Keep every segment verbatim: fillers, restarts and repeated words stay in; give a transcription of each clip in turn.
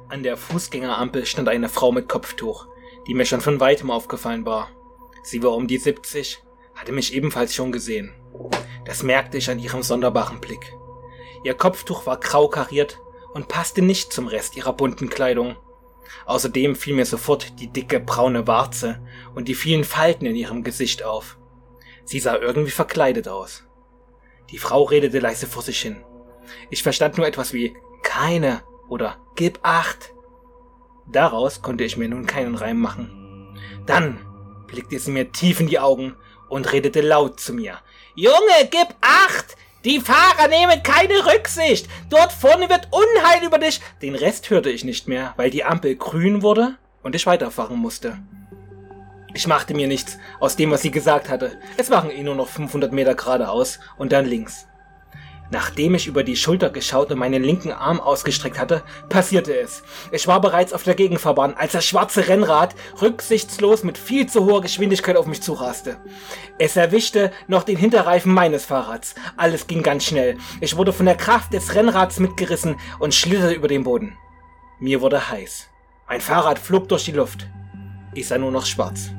An der Fußgängerampel stand eine Frau mit Kopftuch, die mir schon von weitem aufgefallen war. Sie war um die siebzig, hatte mich ebenfalls schon gesehen. Das merkte ich an ihrem sonderbaren Blick. Ihr Kopftuch war grau kariert und passte nicht zum Rest ihrer bunten Kleidung. Außerdem fiel mir sofort die dicke braune Warze und die vielen Falten in ihrem Gesicht auf. Sie sah irgendwie verkleidet aus. Die Frau redete leise vor sich hin. Ich verstand nur etwas wie keine oder gib acht. Daraus konnte ich mir nun keinen Reim machen. Dann blickte sie mir tief in die Augen und redete laut zu mir. Junge, gib acht! Die Fahrer nehmen keine Rücksicht! Dort vorne wird Unheil über dich! Den Rest hörte ich nicht mehr, weil die Ampel grün wurde und ich weiterfahren musste. Ich machte mir nichts aus dem, was sie gesagt hatte. Es waren eh nur noch fünfhundert Meter geradeaus und dann links. Nachdem ich über die Schulter geschaut und meinen linken Arm ausgestreckt hatte, passierte es. Ich war bereits auf der Gegenfahrbahn, als das schwarze Rennrad rücksichtslos mit viel zu hoher Geschwindigkeit auf mich zuraste. Es erwischte noch den Hinterreifen meines Fahrrads. Alles ging ganz schnell. Ich wurde von der Kraft des Rennrads mitgerissen und schlitterte über den Boden. Mir wurde heiß. Mein Fahrrad flog durch die Luft. Ich sah nur noch schwarz.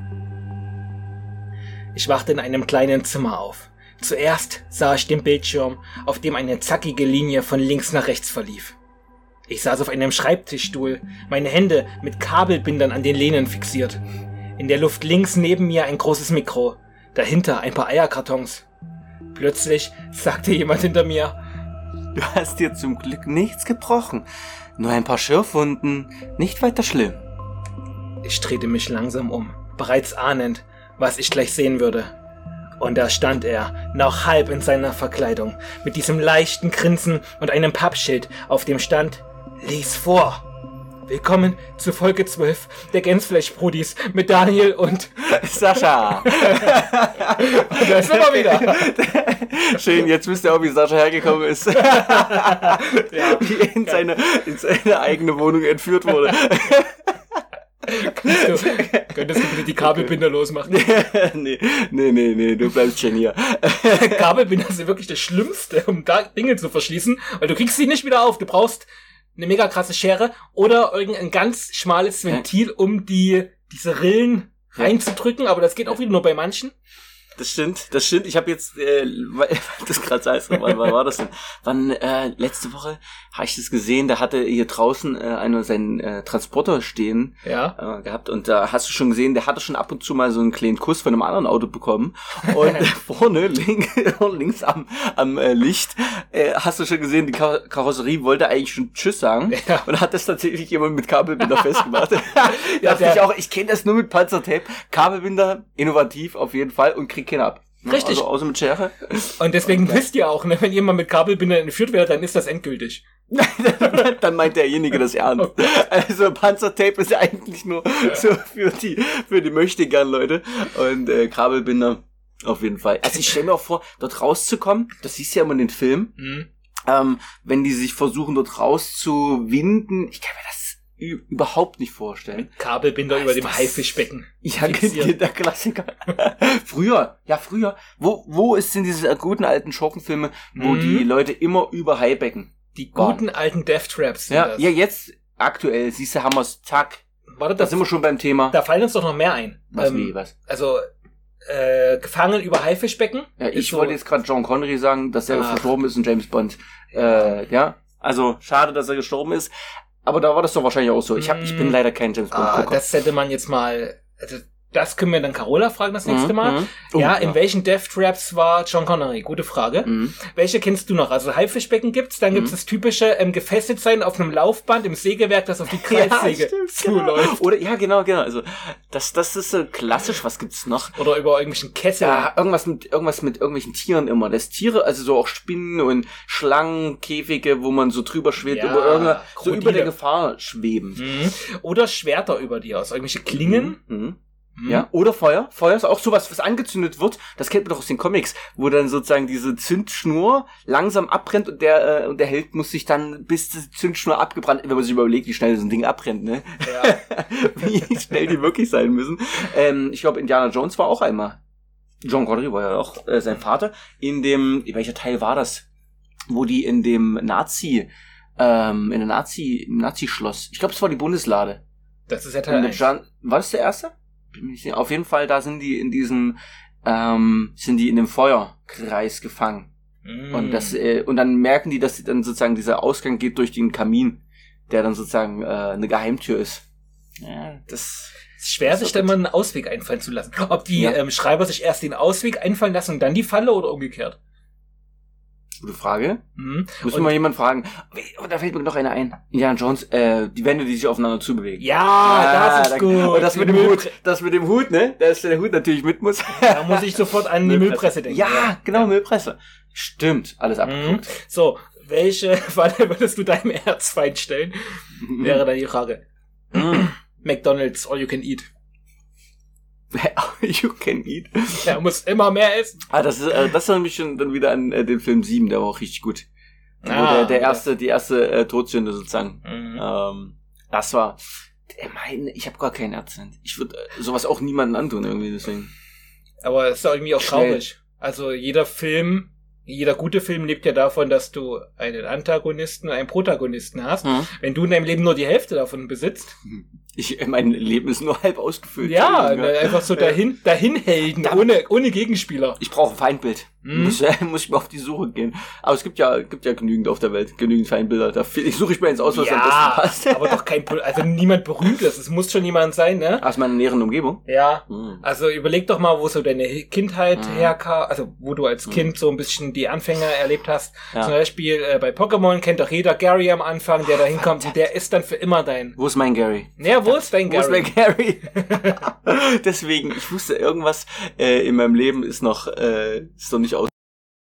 Ich wachte in einem kleinen Zimmer auf. Zuerst sah ich den Bildschirm, auf dem eine zackige Linie von links nach rechts verlief. Ich saß auf einem Schreibtischstuhl, meine Hände mit Kabelbindern an den Lehnen fixiert. In der Luft links neben mir ein großes Mikro, dahinter ein paar Eierkartons. Plötzlich sagte jemand hinter mir: Du hast dir zum Glück nichts gebrochen, nur ein paar Schürfwunden, nicht weiter schlimm. Ich drehte mich langsam um, bereits ahnend, was ich gleich sehen würde. Und da stand er, noch halb in seiner Verkleidung, mit diesem leichten Grinsen und einem Pappschild, auf dem stand: Lies vor! Willkommen zu Folge zwölf der Gänsfleisch-Brudis mit Daniel und Sascha. Und da sind wir wieder. Schön, jetzt wisst ihr auch, wie Sascha hergekommen ist. Ja. Wie in seine, in seine eigene Wohnung entführt wurde. Könntest du, könntest du bitte die Kabelbinder losmachen? nee, nee, nee, nee, du bleibst schon hier. Kabelbinder sind wirklich das Schlimmste, um da Dinge zu verschließen, weil du kriegst sie nicht wieder auf. Du brauchst eine mega krasse Schere oder irgendein ganz schmales Ventil, um die diese Rillen reinzudrücken, aber das geht auch wieder nur bei manchen. Das stimmt, das stimmt. Ich habe jetzt, äh, das gerade heißt, wann war das denn? Wann, äh, letzte Woche habe ich das gesehen, da hatte hier draußen äh, einer seinen äh, Transporter stehen ja. äh, gehabt und da hast du schon gesehen, der hatte schon ab und zu mal so einen kleinen Kuss von einem anderen Auto bekommen und vorne, link, links am, am äh, Licht, äh, hast du schon gesehen, die Kar- Karosserie wollte eigentlich schon Tschüss sagen ja. und hat das tatsächlich jemand mit Kabelbinder festgemacht. Ja, dachte ich auch, ich kenne das nur mit Panzertape, Kabelbinder, innovativ auf jeden Fall und krieg keinen ab. Richtig. Also außer mit Schere. Und deswegen okay. wisst ihr auch, ne, wenn jemand mit Kabelbinder entführt wird, dann ist das endgültig. Dann meint derjenige das ernst. Okay. Also Panzertape ist ja eigentlich nur ja. so für die für die Möchtegern-Leute. Und äh, Kabelbinder auf jeden Fall. Also ich stelle mir auch vor, dort rauszukommen, das siehst du ja immer in den Filmen, mhm. ähm, wenn die sich versuchen, dort rauszuwinden. Ich kann mir das überhaupt nicht vorstellen. Mit Kabelbinder über dem Haifischbecken. Ja, der Klassiker. Früher, ja früher. Wo wo ist denn diese guten alten Schurkenfilme, wo mhm. die Leute immer über Haibecken Die guten waren. alten Death Traps sind ja, das. Ja, jetzt aktuell, siehst du, haben wir's, zack. Warte, da sind wir schon beim Thema. Da fallen uns doch noch mehr ein. Was, ähm, wie, was? Also, äh, gefangen über Haifischbecken. Ja, ich so wollte jetzt gerade John Connery sagen, dass er Ach. verstorben ist in James Bond. Äh, ja, also schade, dass er gestorben ist. Aber da war das doch wahrscheinlich auch so. Ich, hab, ich bin leider kein James Bond-Gucker. Ah, das hätte man jetzt mal... Also das können wir dann Carola fragen das nächste mhm, Mal. Mhm. Oh, ja, ja, in welchen Death Traps war John Connery? Gute Frage. Mhm. Welche kennst du noch? Also Haifischbecken gibt's, dann gibt's mhm. das typische ähm, gefesselt sein auf einem Laufband im Sägewerk, das auf die Kreissäge ja, zuläuft. Genau. Oder ja, genau, genau. Also das, das ist so klassisch. Was gibt's noch? Oder über irgendwelchen Kessel. Ja, irgendwas mit irgendwas mit irgendwelchen Tieren immer. Das Tiere, also so auch Spinnen und Schlangen, Käfige, wo man so drüber schwebt, ja, über irgendeine, so Krokodile. über der Gefahr schweben. Mhm. Oder Schwerter über dir aus, irgendwelche Klingen. Mhm. Mhm. Ja, oder Feuer. Feuer ist auch sowas, was angezündet wird. Das kennt man doch aus den Comics, wo dann sozusagen diese Zündschnur langsam abbrennt und der äh, und der Held muss sich dann, bis die Zündschnur abgebrannt, wenn man sich überlegt, wie schnell so ein Ding abbrennt, ne? Ja. Wie schnell die wirklich sein müssen. Ähm, ich glaube, Indiana Jones war auch einmal. John Connery war ja auch äh, sein Vater. In dem, welcher Teil war das? Wo die in dem Nazi ähm, in der Nazi, im Nazi-Schloss. Ich glaube, es war die Bundeslade. Das ist ja Teil eins. War das der erste? Auf jeden Fall, da sind die in diesem, ähm, sind die in dem Feuerkreis gefangen. Mm. Und das, äh, und dann merken die, dass dann sozusagen dieser Ausgang geht durch den Kamin, der dann sozusagen äh, eine Geheimtür ist. Ja, das es ist schwer, sich da mal einen Ausweg einfallen zu lassen. Ob die ja. ähm, Schreiber sich erst den Ausweg einfallen lassen und dann die Falle oder umgekehrt? Gute Frage. Mhm. Muss mal jemand fragen. Oh, da fällt mir noch einer ein. Indiana Jones, äh, die Wände, die sich aufeinander zubewegen. Ja, ja das ist da, gut. Und das mit dem Hut, das mit dem Hut, ne? Da ist der Hut natürlich mit muss. Da muss ich sofort an die Müllpresse denken. Ja, ja. genau, ja. Müllpresse. Stimmt, alles abgeguckt. Mhm. So, welche Falle würdest du deinem Erzfeind stellen? Wäre dann die Frage. McDonald's, all you can eat. You can eat. Er muss immer mehr essen. Ah, das ist, äh, das erinnert mich schon dann wieder an äh, den Film sieben, der war auch richtig gut. Ah, der, der erste, die erste äh, Todsünde sozusagen. Mhm. Ähm, das war, ich meine, ich habe gar keinen Akzent. Ich würde äh, sowas auch niemandem antun irgendwie, deswegen. Aber es ist auch irgendwie auch Schnell. traurig. Also jeder Film, jeder gute Film lebt ja davon, dass du einen Antagonisten und einen Protagonisten hast. Mhm. Wenn du in deinem Leben nur die Hälfte davon besitzt. Ich, mein Leben ist nur halb ausgefüllt. Ja, ne, einfach so dahin, dahin helden, ohne, ohne Gegenspieler. Ich brauche ein Feindbild. Mhm. Muss, muss ich mal auf die Suche gehen. Aber es gibt ja, gibt ja genügend auf der Welt, genügend Feindbilder. Da ich suche ich mir eins aus, was ja, am besten passt. Aber doch kein, also niemand berühmtes. Es muss schon jemand sein, ne? Aus meiner näheren Umgebung? Ja. Mhm. Also überleg doch mal, wo so deine Kindheit mhm. herkam, also wo du als Kind mhm. so ein bisschen die Anfänge erlebt hast. Ja. Zum Beispiel äh, bei Pokémon kennt doch jeder Gary am Anfang, der da hinkommt und der ist dann für immer dein. Wo ist mein Gary? Naja, wo ist dein Gary? Wo ist mein Gary? Deswegen, ich wusste, irgendwas äh, in meinem Leben ist noch, äh, ist noch nicht aus.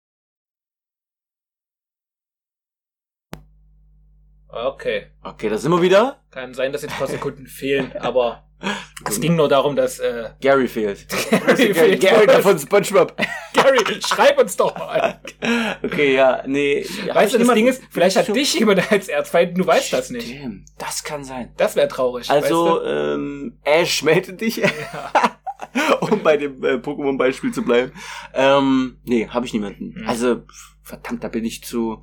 Okay. Okay, da sind wir wieder. Kann sein, dass jetzt ein paar Sekunden fehlen, aber es ging nur darum, dass äh, Gary fehlt. Gary, Gary, Gary der von SpongeBob. Gary, schreib uns doch mal. Okay, ja, nee. Weißt du, das Ding ist, vielleicht hat dich jemand als Erzfeind, du weißt das nicht. Stimmt, das kann sein. Das wäre traurig. Also, weißt du? ähm, Ash, melde dich. Ja. Um bei dem äh, Pokémon-Beispiel zu bleiben. Ähm, nee, habe ich niemanden. Mhm. Also, verdammt, da bin ich zu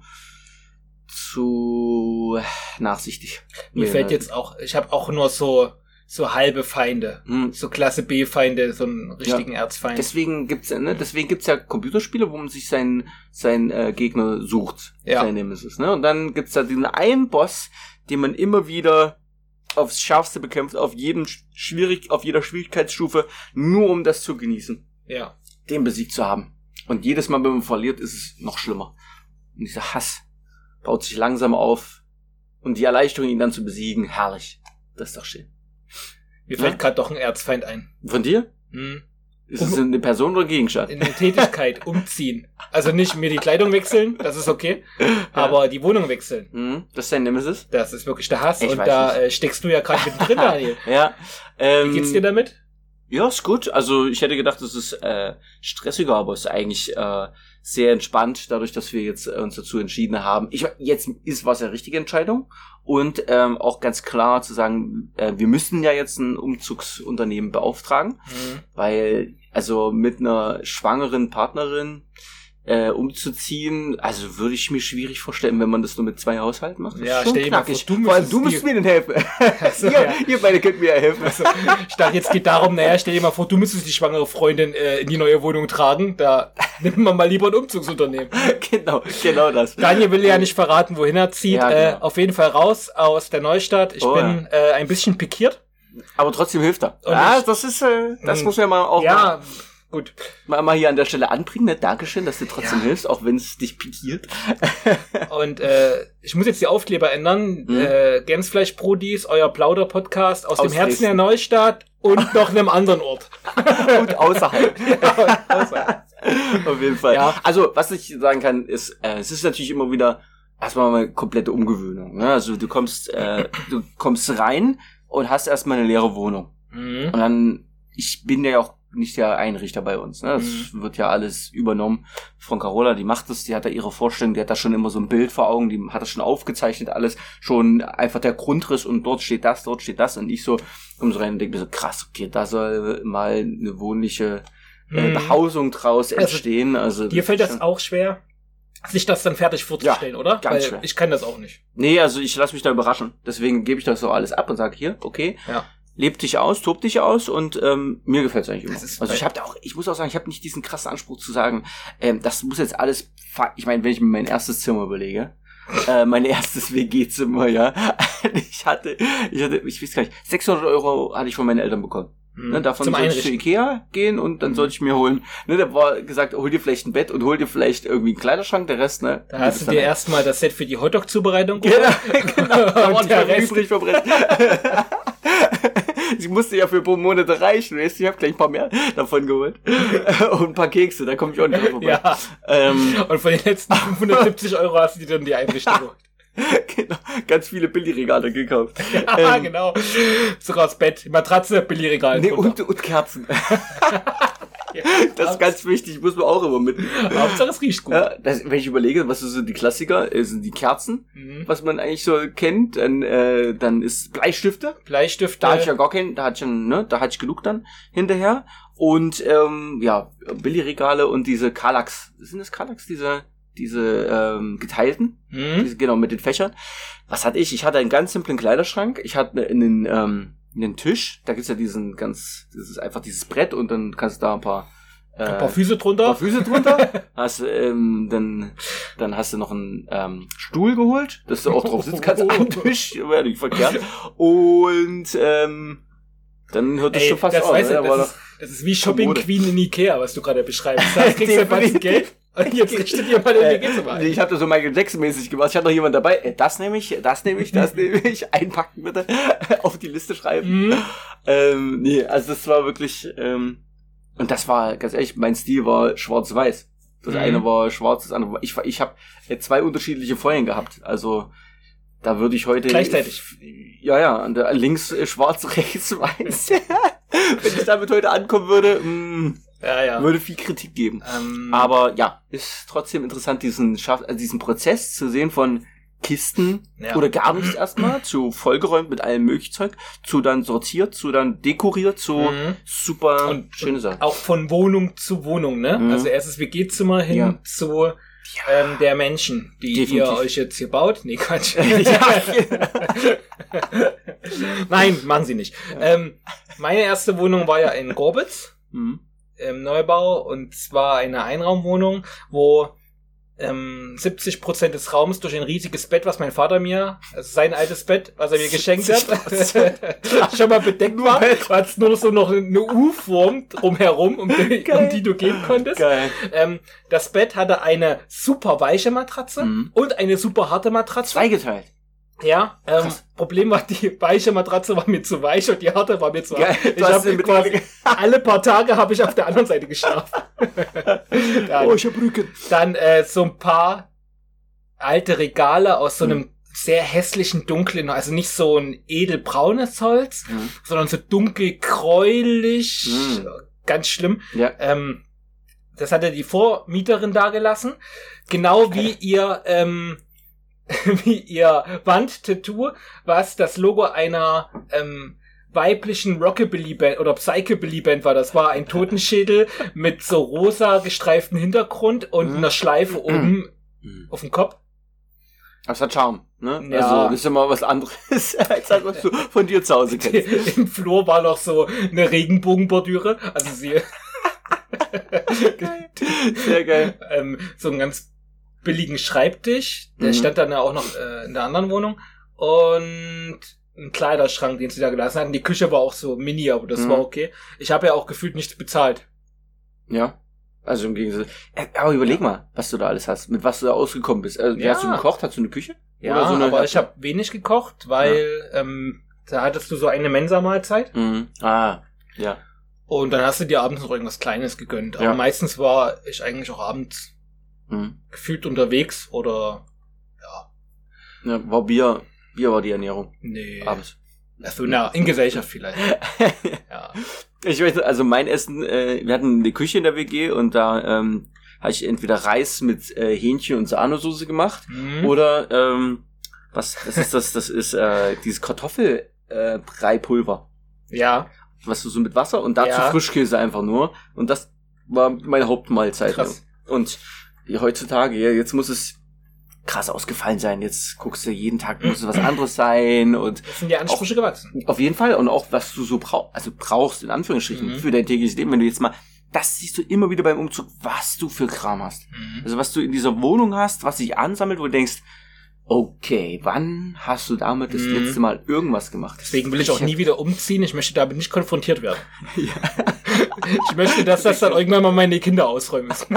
zu nachsichtig. Mir nee, fällt jetzt auch, ich habe auch nur so so halbe Feinde, hm. so Klasse B-Feinde, so einen richtigen ja. Erzfeind. Deswegen gibt's ne, deswegen gibt's ja Computerspiele, wo man sich seinen seinen äh, Gegner sucht, ja. sein Nemesis, ne? Und dann gibt's da diesen einen Boss, den man immer wieder aufs Schärfste bekämpft, auf jedem schwierig, auf jeder Schwierigkeitsstufe, nur um das zu genießen. Ja. Den besiegt zu haben. Und jedes Mal, wenn man verliert, ist es noch schlimmer. Und dieser Hass baut sich langsam auf. Und die Erleichterung, ihn dann zu besiegen, herrlich. Das ist doch schön. Mir ja? fällt gerade doch ein Erzfeind ein. Von dir? Hm. Ist um, es eine Person oder ein Gegenstand? In der Tätigkeit, umziehen. Also nicht mir die Kleidung wechseln, das ist okay, ja. aber die Wohnung wechseln. Mhm. Das ist dein Nemesis? Das ist wirklich der Hass. Ich und da äh, steckst du ja gerade mittendrin, Daniel. Ja. Ähm, Wie geht's dir damit? Ja, ist gut. Also ich hätte gedacht, es ist äh, stressiger, aber es ist eigentlich äh, sehr entspannt, dadurch, dass wir jetzt äh, uns dazu entschieden haben. Ich, jetzt ist was eine richtige Entscheidung und ähm, auch ganz klar zu sagen, äh, wir müssen ja jetzt ein Umzugsunternehmen beauftragen, mhm. weil also mit einer schwangeren Partnerin äh, umzuziehen, also würde ich mir schwierig vorstellen, wenn man das nur mit zwei Haushalten macht. Das ja, stell dir mal vor, du vor allem du musst mir denn helfen. Also, ihr, ja. ihr beide könnt mir ja helfen. Also, ich dachte, jetzt geht darum, naja, stell dir mal vor, du müsstest die schwangere Freundin äh, in die neue Wohnung tragen, da nimmt man mal lieber ein Umzugsunternehmen. Genau, genau das. Daniel will ja nicht verraten, wohin er zieht. Ja, genau. äh, auf jeden Fall raus aus der Neustadt. Ich oh, bin ja. äh, ein bisschen pikiert. Aber trotzdem hilft er. Und ja, ich, das ist, äh, das muss ja mal auch ja, mal, gut. mal, mal hier an der Stelle anbringen. Ne? Dankeschön, dass du trotzdem ja. hilfst, auch wenn es dich pikiert. Und äh, ich muss jetzt die Aufkleber ändern. Mhm. Äh, Gänsfleisch-Prodis, euer Plauder-Podcast aus, aus dem Herzen Dresden. Der Neustadt und noch einem anderen Ort. Und außerhalb. Ja, außerhalb. Auf jeden Fall. Ja. Also, was ich sagen kann, ist, äh, es ist natürlich immer wieder erstmal mal komplette Umgewöhnung. Ne? Also du kommst, äh, du kommst rein und hast erstmal eine leere Wohnung. Mhm. Und dann, ich bin ja auch nicht der Einrichter bei uns. Ne? Das mhm. wird ja alles übernommen von Carola, die macht das, die hat da ihre Vorstellung, die hat da schon immer so ein Bild vor Augen, die hat das schon aufgezeichnet, alles schon einfach der Grundriss und dort steht das, dort steht das und ich so, komm so rein und denke mir so, krass, okay, da soll mal eine wohnliche äh, Behausung draus entstehen. Also, also dir fällt das auch schwer? sich das dann fertig vorzustellen, ja, oder? Ganz Weil schwer. Ich kann das auch nicht. Nee, also ich lasse mich da überraschen. Deswegen gebe ich das so alles ab und sage, hier, okay, ja. leb dich aus, tob dich aus und ähm, mir gefällt es eigentlich immer. Also ich habe da auch, ich muss auch sagen, ich habe nicht diesen krassen Anspruch zu sagen, ähm, das muss jetzt alles, ich meine, wenn ich mir mein erstes Zimmer überlege, äh, mein erstes W G-Zimmer, ja, ich hatte, ich hatte, ich weiß gar nicht, sechshundert Euro hatte ich von meinen Eltern bekommen. Mhm. Ne, davon sollte ich zu Ikea gehen und dann mhm. sollte ich mir holen, ne, da war gesagt, hol dir vielleicht ein Bett und hol dir vielleicht irgendwie einen Kleiderschrank, der Rest, ne. Da hast du dir erstmal das Set für die Hotdog-Zubereitung geholt. Genau, genau, da war der Rest übrig verbrennt. Sie musste ja für ein paar Monate reichen, weißt du, ich habe gleich ein paar mehr davon geholt. Und ein paar Kekse, da komme ich auch nicht drauf vorbei. Ja. Ähm, und von den letzten fünfhundertsiebzig Euro hast du dir dann die Einrichtung geholt. Genau, ganz viele Billigregale gekauft. Ja, ähm, genau. Sogar das Bett, Matratze, Billigregal. Nee, und, und Kerzen. Ja, das ist ganz wichtig, muss man auch immer mitnehmen. Hauptsache es riecht gut. Ja, das, wenn ich überlege, was so die Klassiker sind, die Kerzen, mhm. was man eigentlich so kennt, dann, äh, dann ist Bleistifte. Bleistifte. Da hatte ich ja gar keinen, da hatte ich schon, ne, da hatte ich genug dann hinterher. Und ähm, ja, Billigregale und diese Kallax. Sind das Kallax, diese diese ähm, geteilten? Mhm. Diese, genau, mit den Fächern. Was hatte ich? Ich hatte einen ganz simplen Kleiderschrank. Ich hatte einen ähm, einen Tisch, da gibt's ja diesen ganz, das ist einfach dieses Brett und dann kannst du da ein paar äh, ein paar Füße drunter. Ein paar Füße drunter. hast, ähm, dann, dann hast du noch einen ähm, Stuhl geholt, dass du auch drauf sitzen kannst am Tisch, wäre nicht verkehrt. Und ähm, dann hört es schon fast das auf. Weißt du, ja, das, ist, das ist wie Shopping Queen in Ikea, was du gerade beschreibst. Da kriegst du ein bisschen Geld. Und jetzt richtet ihr mal den W G-Zimmer ein. Ich habe das so Michael Jackson-mäßig gemacht. Ich hatte noch jemand dabei. Äh, das nehme ich, das nehme ich, das nehme ich. Einpacken bitte. Auf die Liste schreiben. Mhm. Ähm, nee, also das war wirklich... Ähm, und das war, ganz ehrlich, mein Stil war schwarz-weiß. Das mhm. eine war schwarz, das andere war... Ich, ich habe zwei unterschiedliche Folien gehabt. Also da würde ich heute... Gleichzeitig? Ja, ja. Und da links äh, schwarz, rechts weiß. Wenn ich damit heute ankommen würde... Mh, Ja, ja. Würde viel Kritik geben. Ähm, Aber ja, ist trotzdem interessant, diesen Schaff, also diesen Prozess zu sehen von Kisten ja. oder gar nichts erstmal, zu vollgeräumt mit allem möglichen Zeug, zu dann sortiert, zu dann dekoriert, zu mhm. super und, schöne Sachen. Auch von Wohnung zu Wohnung, ne? Mhm. Also erstes W G-Zimmer hin ja. zu ja. ähm, der Menschen, die Definitiv. Ihr euch jetzt hier baut. Nee, Quatsch. Nein, machen sie nicht. Ja. Ähm, meine erste Wohnung war ja in Gorbitz. Mhm. Im Neubau, und zwar eine Einraumwohnung, wo ähm, siebzig Prozent des Raums durch ein riesiges Bett, was mein Vater mir, also sein altes Bett, was er mir geschenkt hat, schon mal bedeckt war, war es nur so noch eine U-Form drumherum, um die, um die du gehen konntest. Geil. Ähm, das Bett hatte eine super weiche Matratze mhm. und eine super harte Matratze. Zweigeteilt. Ja, ähm, Problem war, die weiche Matratze war mir zu weich und die harte war mir zu hart. Ich habe quasi alle paar Tage habe ich auf der anderen Seite geschlafen. dann, oh, ich hab Rücken. Dann äh, so ein paar alte Regale aus so einem mhm. sehr hässlichen dunklen, also nicht so ein edelbraunes Holz, mhm. sondern so dunkel gräulich, mhm. ganz schlimm. Ja. Ähm, das hatte die Vormieterin da gelassen, genau wie okay. ihr ähm, wie ihr Wandtattoo, was das Logo einer ähm, weiblichen Rockabilly-Band oder Psychobilly-Band war. Das war ein Totenschädel mit so rosa gestreiften Hintergrund und mhm. einer Schleife oben mhm. auf dem Kopf. Das hat Charme, ne? Ja. Also, das ist immer was anderes, als das, was du von dir zu Hause kennst. Im Flur war noch so eine Regenbogenbordüre. Also sie... Geil. Sehr geil. ähm, so ein ganz billigen Schreibtisch, der mhm. stand dann auch noch äh, in der anderen Wohnung, und ein Kleiderschrank, den sie da gelassen hatten. Die Küche war auch so mini, aber das mhm. war okay. Ich habe ja auch gefühlt nichts bezahlt. Ja, also im Gegensatz. Aber überleg ja. mal, was du da alles hast, mit was du da ausgekommen bist. Also, wie ja. hast du gekocht? Hast du eine Küche? Ja, Oder so eine aber ich habe wenig gekocht, weil ja. ähm, da hattest du so eine Mensa-Mahlzeit. Mhm. Ah, ja. Und dann hast du dir abends noch irgendwas Kleines gegönnt. Aber ja. meistens war ich eigentlich auch abends Mhm. gefühlt unterwegs oder ja. Ja, war Bier, Bier war die Ernährung. Nee. Abends. Also na, in Gesellschaft vielleicht. Ja. Ich weiß, also mein Essen, äh, wir hatten eine Küche in der W G und da ähm, habe ich entweder Reis mit äh, Hähnchen und Sahnesoße gemacht mhm. oder ähm, was, was ist das? Das ist äh, dieses Kartoffelbrei-Pulver. Äh, ja. Was du so mit Wasser und dazu ja. Frischkäse einfach nur, und das war meine Hauptmahlzeit. Krass. Und heutzutage, ja, jetzt muss es krass ausgefallen sein. Jetzt guckst du, jeden Tag muss es was anderes sein und das sind die Ansprüche auch, gewachsen. Auf jeden Fall. Und auch, was du so brauchst, also brauchst, in Anführungsstrichen, mhm. für dein tägliches Leben. Wenn du jetzt mal, das siehst du immer wieder beim Umzug, was du für Kram hast. Mhm. Also, was du in dieser Wohnung hast, was sich ansammelt, wo du denkst, okay, wann hast du damit das mhm. letzte Mal irgendwas gemacht? Deswegen will ich auch nie wieder umziehen. Ich möchte damit nicht konfrontiert werden. Ja. Ich möchte, dass das dann irgendwann mal meine Kinder ausräumen müssen.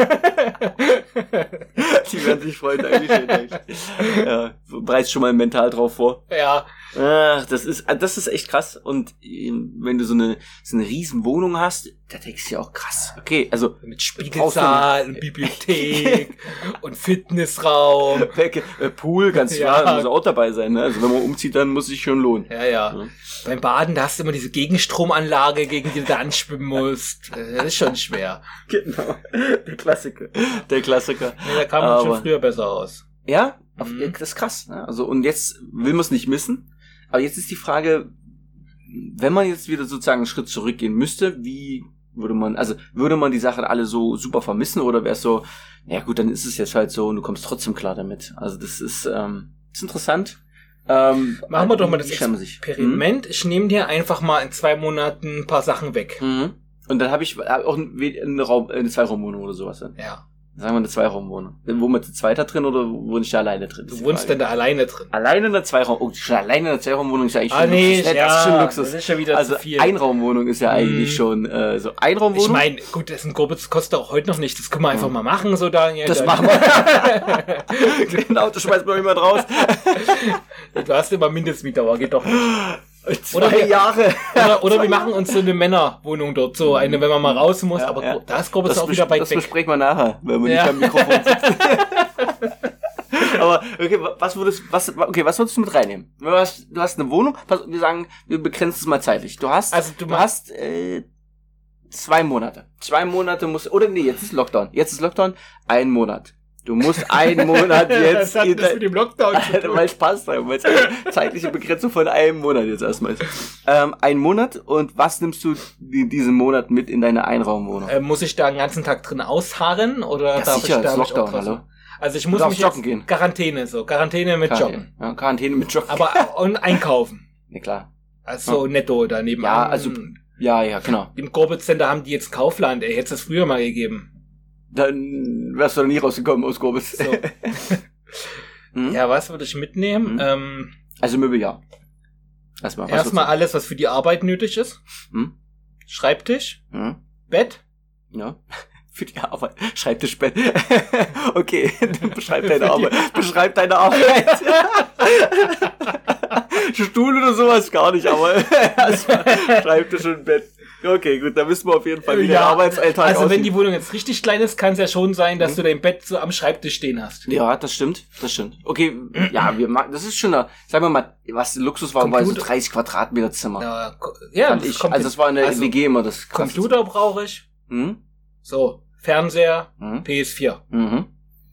Die werden sich freuen. Eigentlich. Ja, du bereitest schon mal mental drauf vor. Ja. Ach, das ist, das ist echt krass. Und wenn du so eine, so eine riesen Wohnung hast, da denkst du ja auch krass. Okay, also. Mit Spiegelsaal und Bibliothek und Fitnessraum. äh, Pool, ganz klar, ja. Muss auch dabei sein, ne? Also wenn man umzieht, dann muss sich schon lohnen. Ja, ja, ja. Beim Baden, da hast du immer diese Gegenstromanlage, gegen die du da anschwimmen musst. Das ist schon schwer. Genau. Der Klassiker. Der Klassiker. Ja, da kam man schon früher besser aus. Ja, mhm. Das ist krass. Ne? Also, und jetzt will man es nicht missen. Aber jetzt ist die Frage, wenn man jetzt wieder sozusagen einen Schritt zurückgehen müsste, wie würde man, also würde man die Sachen alle so super vermissen oder wäre es so, ja gut, dann ist es jetzt halt so und du kommst trotzdem klar damit. Also das ist, ähm, das ist interessant. Ähm, Machen wir doch mal das Experiment. Hm? Ich nehme dir einfach mal in zwei Monaten ein paar Sachen weg. Mhm. Und dann habe ich auch eine, Raum, eine Zweiraumwohnung oder sowas. Dann. Ja. Sagen wir eine Zweiraumwohnung. Wohnen wir zu zweiter drin oder wohne ich da alleine drin? Du wohnst denn da alleine drin? Alleine in der Zweiraum. Oh, schon alleine in der Zweiraumwohnung ist ja eigentlich ah, schon nee, Luxus. Ja, das ist schon Luxus. Das ist ja wieder also zu viel. Einraumwohnung ist ja eigentlich hm. schon äh, so Einraumwohnung. Ich meine, gut, das ein Gorbitz kostet auch heute noch nicht. Das können wir einfach hm. mal machen, so Daniel. Das machen wir. Genau, das schmeißt man immer raus. Du hast immer Mindestmieter, aber geht doch nicht. Zwei oder wir, Jahre. Oder, oder wir machen uns so eine Männerwohnung dort, so eine, wenn man mal raus muss, ja, aber ja. Da ist Gorbitz auch wieder weit das weg. Das besprechen wir nachher, wenn wir ja. nicht am Mikrofon sitzen. Aber, okay, was würdest, was, okay, was würdest du mit reinnehmen? Du hast, du hast eine Wohnung, wir sagen, wir begrenzen es mal zeitlich. Du hast, also du, du hast, äh, zwei Monate. Zwei Monate musst, oder nee, jetzt ist Lockdown. Jetzt ist Lockdown, ein Monat. Du musst einen Monat jetzt... Das hat das mit dem Lockdown zu tun. Weil es passt, weil es eine zeitliche Begrenzung von einem Monat jetzt erstmal ist. Ähm, ein Monat, und was nimmst du in diesem Monat mit in deine Einraumwohnung? Äh, muss ich da den ganzen Tag drin ausharren, oder ja, darf sicher, ich da Lockdown, hallo? Also ich muss mich joggen gehen. Quarantäne, so. Quarantäne mit Quarantäne. Joggen. Ja, Quarantäne mit Joggen. Aber, und einkaufen. Ne, klar. Also ja. Netto daneben. Ja, also, ja, ja, genau. Im Gorbitz Center haben die jetzt Kaufland, ey, hätte es früher mal gegeben. Dann wärst du da nie rausgekommen aus Gorbitz. So. hm? Ja, was würde ich mitnehmen? Hm? Ähm, also Möbel, ja. Erstmal, erstmal alles, was für die Arbeit nötig ist. Hm? Schreibtisch. Hm? Bett. Ja. Für die Arbeit. Schreibtisch, Bett. Okay, beschreib deine Arbeit. Beschreib deine Arbeit. Stuhl oder sowas gar nicht, aber erstmal Schreibtisch und Bett. Okay, gut, da wissen wir auf jeden Fall, wie ja, der Arbeitsalltag also aussieht. Wenn die Wohnung jetzt richtig klein ist, kann es ja schon sein, dass mhm. du dein Bett so am Schreibtisch stehen hast. Ja, das stimmt, das stimmt. Okay, ja, wir machen, das ist schon, eine, sagen wir mal, was Luxus war, war so dreißig Quadratmeter Zimmer. Ja, ja das ich. Also das war in der also, W G immer das krasseste. Computer brauche ich. Mhm. So, Fernseher, mhm. P S vier. Mhm.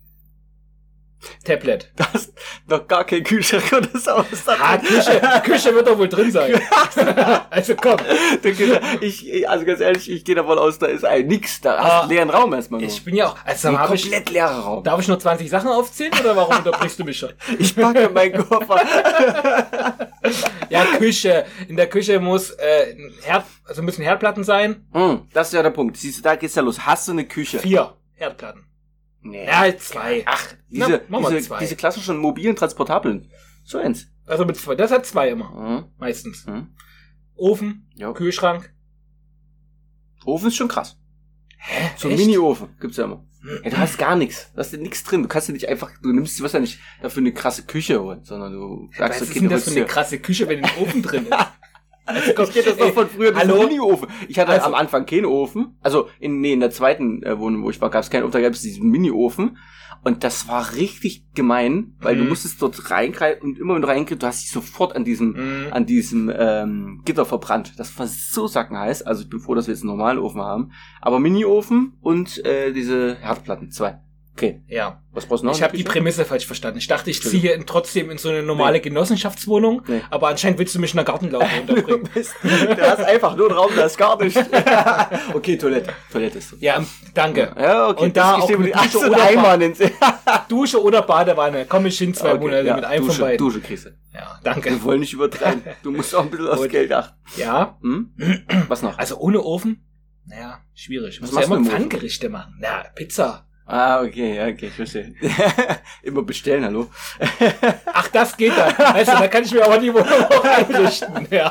Tablet. Da ist noch gar kein Kühlschrank oder so. Ah, Küche, Küche wird doch wohl drin sein. Also komm. Ich, also ganz ehrlich, ich gehe davon aus, da ist ein nix. Da hast du einen leeren Raum erstmal nur. Ich bin ja auch, also ein komplett ich, leerer Raum. Darf ich nur zwanzig Sachen aufzählen oder warum unterbrichst du mich schon? Ich packe meinen Koffer. Ja, Küche. In der Küche muss äh, ein Herd, also müssen Herdplatten sein. Hm, das ist ja der Punkt. Siehst du, da geht's ja los. Hast du eine Küche? Vier Herdplatten. Nee. Ja, halt zwei. Ach, diese, Na, diese, zwei. diese klassischen mobilen Transportablen. So eins. Also mit zwei. Das hat zwei immer. Mhm. Meistens. Mhm. Ofen, jo. Kühlschrank. Ofen ist schon krass. Hä? So ein Mini-Ofen gibt's ja immer. Mhm. Ja, du hast gar nichts. Du hast ja nichts drin. Du kannst ja nicht einfach, du nimmst, du wirst ja nicht dafür eine krasse Küche holen, sondern du sagst, was okay, ist denn das für eine krasse Küche, wenn ein Ofen drin ist? Also, ich kenne das noch von früher, diesen Mini-Ofen. Ich hatte also am Anfang keinen Ofen. Also, in, nee, in der zweiten äh, Wohnung, wo ich war, gab es keinen Ofen, da gab es diesen Mini-Ofen. Und das war richtig gemein, weil mhm. du musstest dort reingreifen und immer wenn du reingreifst, du hast dich sofort an diesem, mhm. an diesem ähm, Gitter verbrannt. Das war so sackenheiß. Also ich bin froh, dass wir jetzt einen normalen Ofen haben. Aber Mini-Ofen und äh, diese Herdplatten, zwei. Okay. Ja. Was brauchst du noch? Ich habe die Prämisse falsch verstanden. Ich dachte, ich ziehe hier in, trotzdem in so eine normale nee. Genossenschaftswohnung, nee. aber anscheinend willst du mich in der Gartenlaube unterbringen. Du, bist, du hast einfach nur einen Raum, da ist gar nicht. Okay, Toilette. Toilette ist so. Ja, danke. Ja, okay. Und da auch mit Dusche oder, ba- Dusche oder Badewanne. Komm ich hin zwei okay, Monate ja. mit einem Dusche, von beiden. Dusche kriegst du. Ja, danke. Wir wollen nicht übertreiben. Du musst auch ein bisschen aufs Geld achten. Ja. Hm? Was noch? Also ohne Ofen? Naja, schwierig. Was muss ja immer Pfanngerichte machen. Na, Pizza. Ah, okay, ja, okay, ich verstehe. Immer bestellen, hallo? Ach, das geht dann. Weißt du, da kann ich mir aber die Wohnung auch einrichten, ja.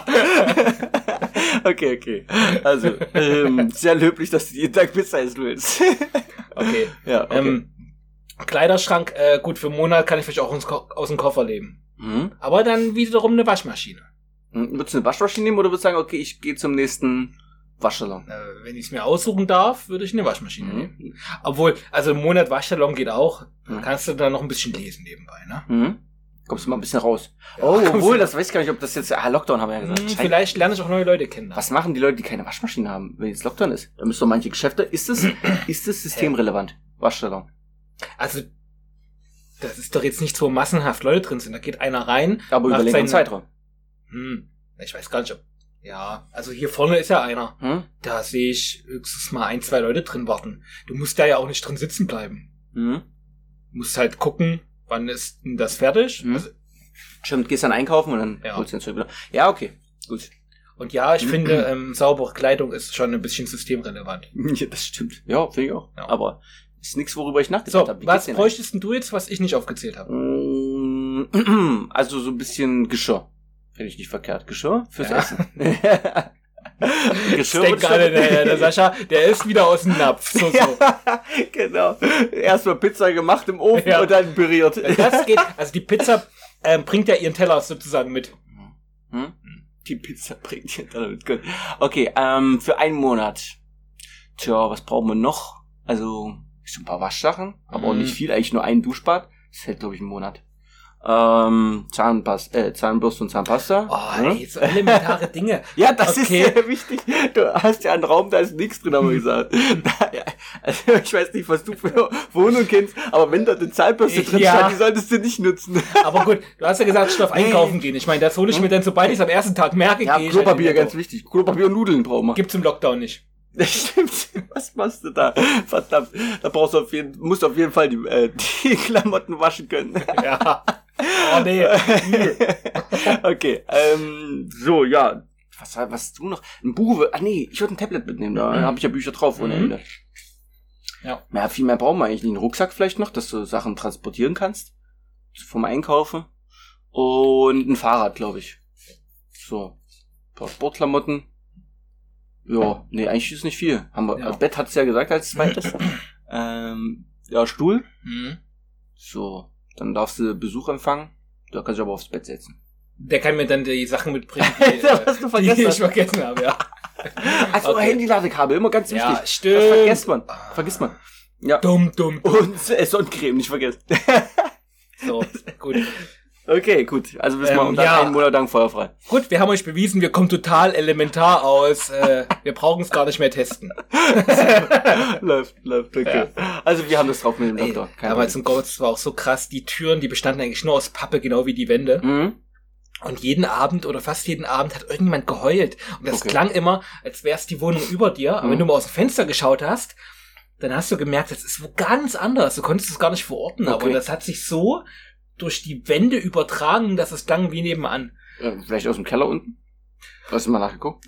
Okay, okay. Also, ähm, sehr löblich, dass du jeden Tag Pizza essen willst. Okay. Ja, okay. Ähm, Kleiderschrank, äh, gut, für einen Monat kann ich vielleicht auch aus, aus dem Koffer leben. Mhm. Aber dann wiederum eine Waschmaschine. Mhm. Würdest du eine Waschmaschine nehmen oder würdest du sagen, okay, ich gehe zum nächsten Waschsalon? Äh, wenn ich es mir aussuchen darf, würde ich eine Waschmaschine mhm. nehmen. Obwohl, also ein Monat Waschsalon geht auch. Mhm. Kannst du da noch ein bisschen lesen nebenbei, ne? Mhm. Kommst du mal ein bisschen raus. Ja, oh, obwohl, das weiß ich gar nicht, ob das jetzt, ah, Lockdown haben wir ja gesagt. Hm, vielleicht lerne ich auch neue Leute kennen. Was machen die Leute, die keine Waschmaschine haben, wenn jetzt Lockdown ist? Da müssen doch manche Geschäfte, ist das, ist das systemrelevant? Waschsalon. Also, das ist doch jetzt nicht so massenhaft Leute drin sind. Da geht einer rein. Aber über längeren Zeitraum. Hm, ich weiß gar nicht, ob, ja, also hier vorne ist ja einer. Hm? Da sehe ich höchstens mal ein, zwei Leute drin warten. Du musst da ja auch nicht drin sitzen bleiben. Hm? Du musst halt gucken, wann ist denn das fertig? Hm? Also, stimmt, gehst dann einkaufen und dann ja. holst du den zurück wieder. Ja, okay, gut. Und ja, ich finde, ähm, saubere Kleidung ist schon ein bisschen systemrelevant. Ja, das stimmt. Ja, finde ich auch. Ja. Aber ist nichts, worüber ich nachgedacht so, habe. Was bräuchtest denn du jetzt, was ich nicht aufgezählt habe? Also so ein bisschen Geschirr. Finde ich nicht verkehrt. Geschirr fürs ja. Essen. Geschirr. Ich denke gerade, der, der Sascha, der ist wieder aus dem Napf. So, so. Ja, genau. Erstmal Pizza gemacht im Ofen ja. und dann püriert. Das geht. Also die Pizza ähm, bringt ja ihren Teller sozusagen mit. Hm? Die Pizza bringt ihren Teller mit. Gut. Okay, ähm, für einen Monat. Tja, was brauchen wir noch? Also, so ein paar Waschsachen, aber mhm. auch nicht viel. Eigentlich nur ein Duschbad. Das hält, glaube ich, einen Monat. Ähm, Zahnpasta, äh, Zahnbürste und Zahnpasta. Oh, ey, so elementare Dinge. Ja, das okay. ist sehr wichtig. Du hast ja einen Raum, da ist nichts drin, haben wir gesagt. Da, ja, also ich weiß nicht, was du für Wohnung kennst, aber wenn da eine Zahnbürste drin ja. steht, die solltest du nicht nutzen. Aber gut, du hast ja gesagt, ich darf einkaufen gehen. Ich meine, das hole ich mir dann, sobald ich es am ersten Tag merke, ja, gehe ich. Klopapier, halt ganz wichtig. Klopapier und Nudeln brauchen wir. Gibt's im Lockdown nicht. Das stimmt. Was machst du da? Verdammt. Da brauchst du auf jeden, musst du auf jeden Fall die, äh, die Klamotten waschen können. Ja. Oh, nee. Okay, ähm, so, ja. Was, was hast du noch? Ein Buch, ah nee, ich würde ein Tablet mitnehmen, da mhm. habe ich ja Bücher drauf ohne Ende. Ja. Ja, viel mehr brauchen wir eigentlich nicht. Einen Rucksack vielleicht noch, dass du Sachen transportieren kannst. Vom Einkaufen. Und ein Fahrrad, glaube ich. So. Ein paar Sportklamotten. Ja, nee, eigentlich ist nicht viel. Haben wir, ja. Das Bett hat's ja gesagt als zweites. ähm, ja, Stuhl. Mhm. So. Dann darfst du Besuch empfangen. Da kannst du aber aufs Bett setzen. Der kann mir dann die Sachen mitbringen, die, das hast du vergessen. die ich vergessen habe, ja. Also okay. Handy-Ladekabel, immer ganz wichtig. Ja, stimmt. Das vergisst man. Vergisst man. Ja. Dumm, dumm, dumm. Und äh, Sonnencreme, nicht vergessen. So, gut. Okay, gut. Also wissen wir ähm, und dann ja. einen Monat lang feuerfrei. Gut, wir haben euch bewiesen, wir kommen total elementar aus. Äh, wir brauchen es gar nicht mehr testen. läuft, läuft, okay. Ja. Also wir haben das drauf mit dem Doktor. Ey, damals im Gott war auch so krass. Die Türen, die bestanden eigentlich nur aus Pappe, genau wie die Wände. Mhm. Und jeden Abend oder fast jeden Abend hat irgendjemand geheult. Und das okay. klang immer, als wär's die Wohnung über dir. Aber mhm. wenn du mal aus dem Fenster geschaut hast, dann hast du gemerkt, das ist wo ganz anders. Du konntest es gar nicht verorten. Okay. Aber das hat sich so durch die Wände übertragen, dass es klang wie nebenan. Ja, vielleicht aus dem Keller unten? Hast du mal nachgeguckt?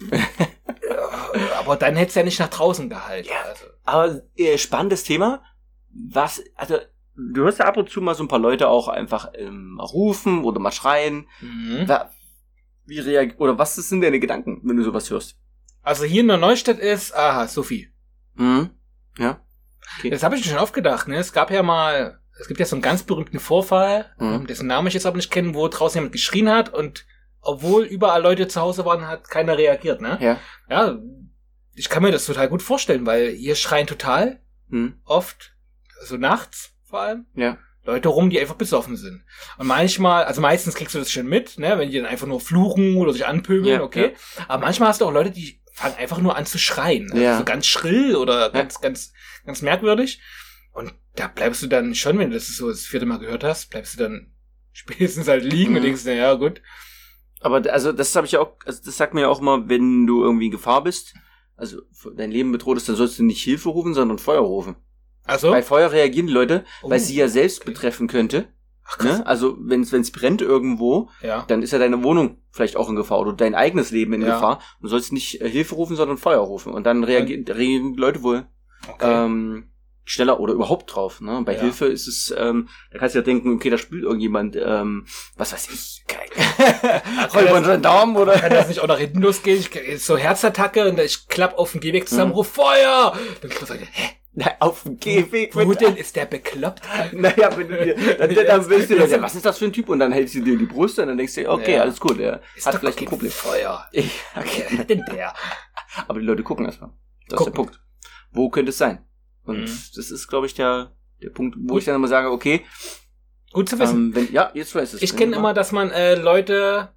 Aber dann hätt's ja nicht nach draußen gehalten. Ja, also. aber äh, spannendes Thema. Was, also, du hörst ja ab und zu mal so ein paar Leute auch einfach ähm, rufen oder mal schreien. Mhm. Da, wie reagiert, oder was sind deine Gedanken, wenn du sowas hörst? Also hier in der Neustadt ist, aha, Sophie. Mhm. Ja. Okay. Das habe ich mir schon oft gedacht, ne? Es gab ja mal, es gibt ja so einen ganz berühmten Vorfall, mhm. dessen Namen ich jetzt aber nicht kenne, wo draußen jemand geschrien hat und obwohl überall Leute zu Hause waren, hat keiner reagiert, ne? Ja. Ja, ich kann mir das total gut vorstellen, weil hier schreien total mhm. oft, also nachts vor allem, ja. Leute rum, die einfach besoffen sind. Und manchmal, also meistens kriegst du das schon mit, ne? Wenn die dann einfach nur fluchen oder sich anpöbeln, ja, okay. Ja. Aber manchmal hast du auch Leute, die fangen einfach nur an zu schreien. Also ja. so ganz schrill oder ganz, ja. ganz, ganz merkwürdig. Und da bleibst du dann schon, wenn du das so das vierte Mal gehört hast, bleibst du dann spätestens halt liegen mhm. und denkst, na ja, gut. Aber also das habe ich ja auch, also das sagt mir ja auch immer, wenn du irgendwie in Gefahr bist, also dein Leben bedroht ist, dann sollst du nicht Hilfe rufen, sondern Feuer rufen. Ach so? Bei Feuer reagieren die Leute, Oh, weil sie ja selbst okay. betreffen könnte. Ach, Ne? Also wenn es brennt irgendwo, Ja. dann ist ja deine Wohnung vielleicht auch in Gefahr oder dein eigenes Leben in Ja. Gefahr. Du sollst nicht äh, Hilfe rufen, sondern Feuer rufen. Und dann reagieren, reagieren die Leute wohl Okay. ähm, schneller oder überhaupt drauf. Ne? Bei Ja. Hilfe ist es, ähm, da kannst du ja denken, okay, da spült irgendjemand, ähm, was weiß ich, geil. Räuber und Gendarm oder? Kann das nicht auch nach hinten losgehen? Ich, so Herzattacke und ich klapp auf den Gehweg zusammen, Mhm. ruf Feuer! Dann ich, hä? Na, auf dem Gehweg. Wo mit- denn ist der bekloppt? Naja, wenn du dir, dann, dann, dann willst du dir, ja, was ist das für ein Typ? Und dann hältst du dir die Brust und dann denkst du dir, okay, Ja. alles gut, er Ist hat doch vielleicht ein kein Problem. Feuer. Ich, Wer okay. hat denn der? Aber die Leute gucken erstmal. Das Gucken. ist der Punkt. Wo könnte es sein? Und Mhm. das ist, glaube ich, der, der Punkt, wo Gut. ich dann immer sage, okay, Gut zu wissen. ähm, wenn, ja, jetzt weiß es. Ich kenne immer, dass man äh, Leute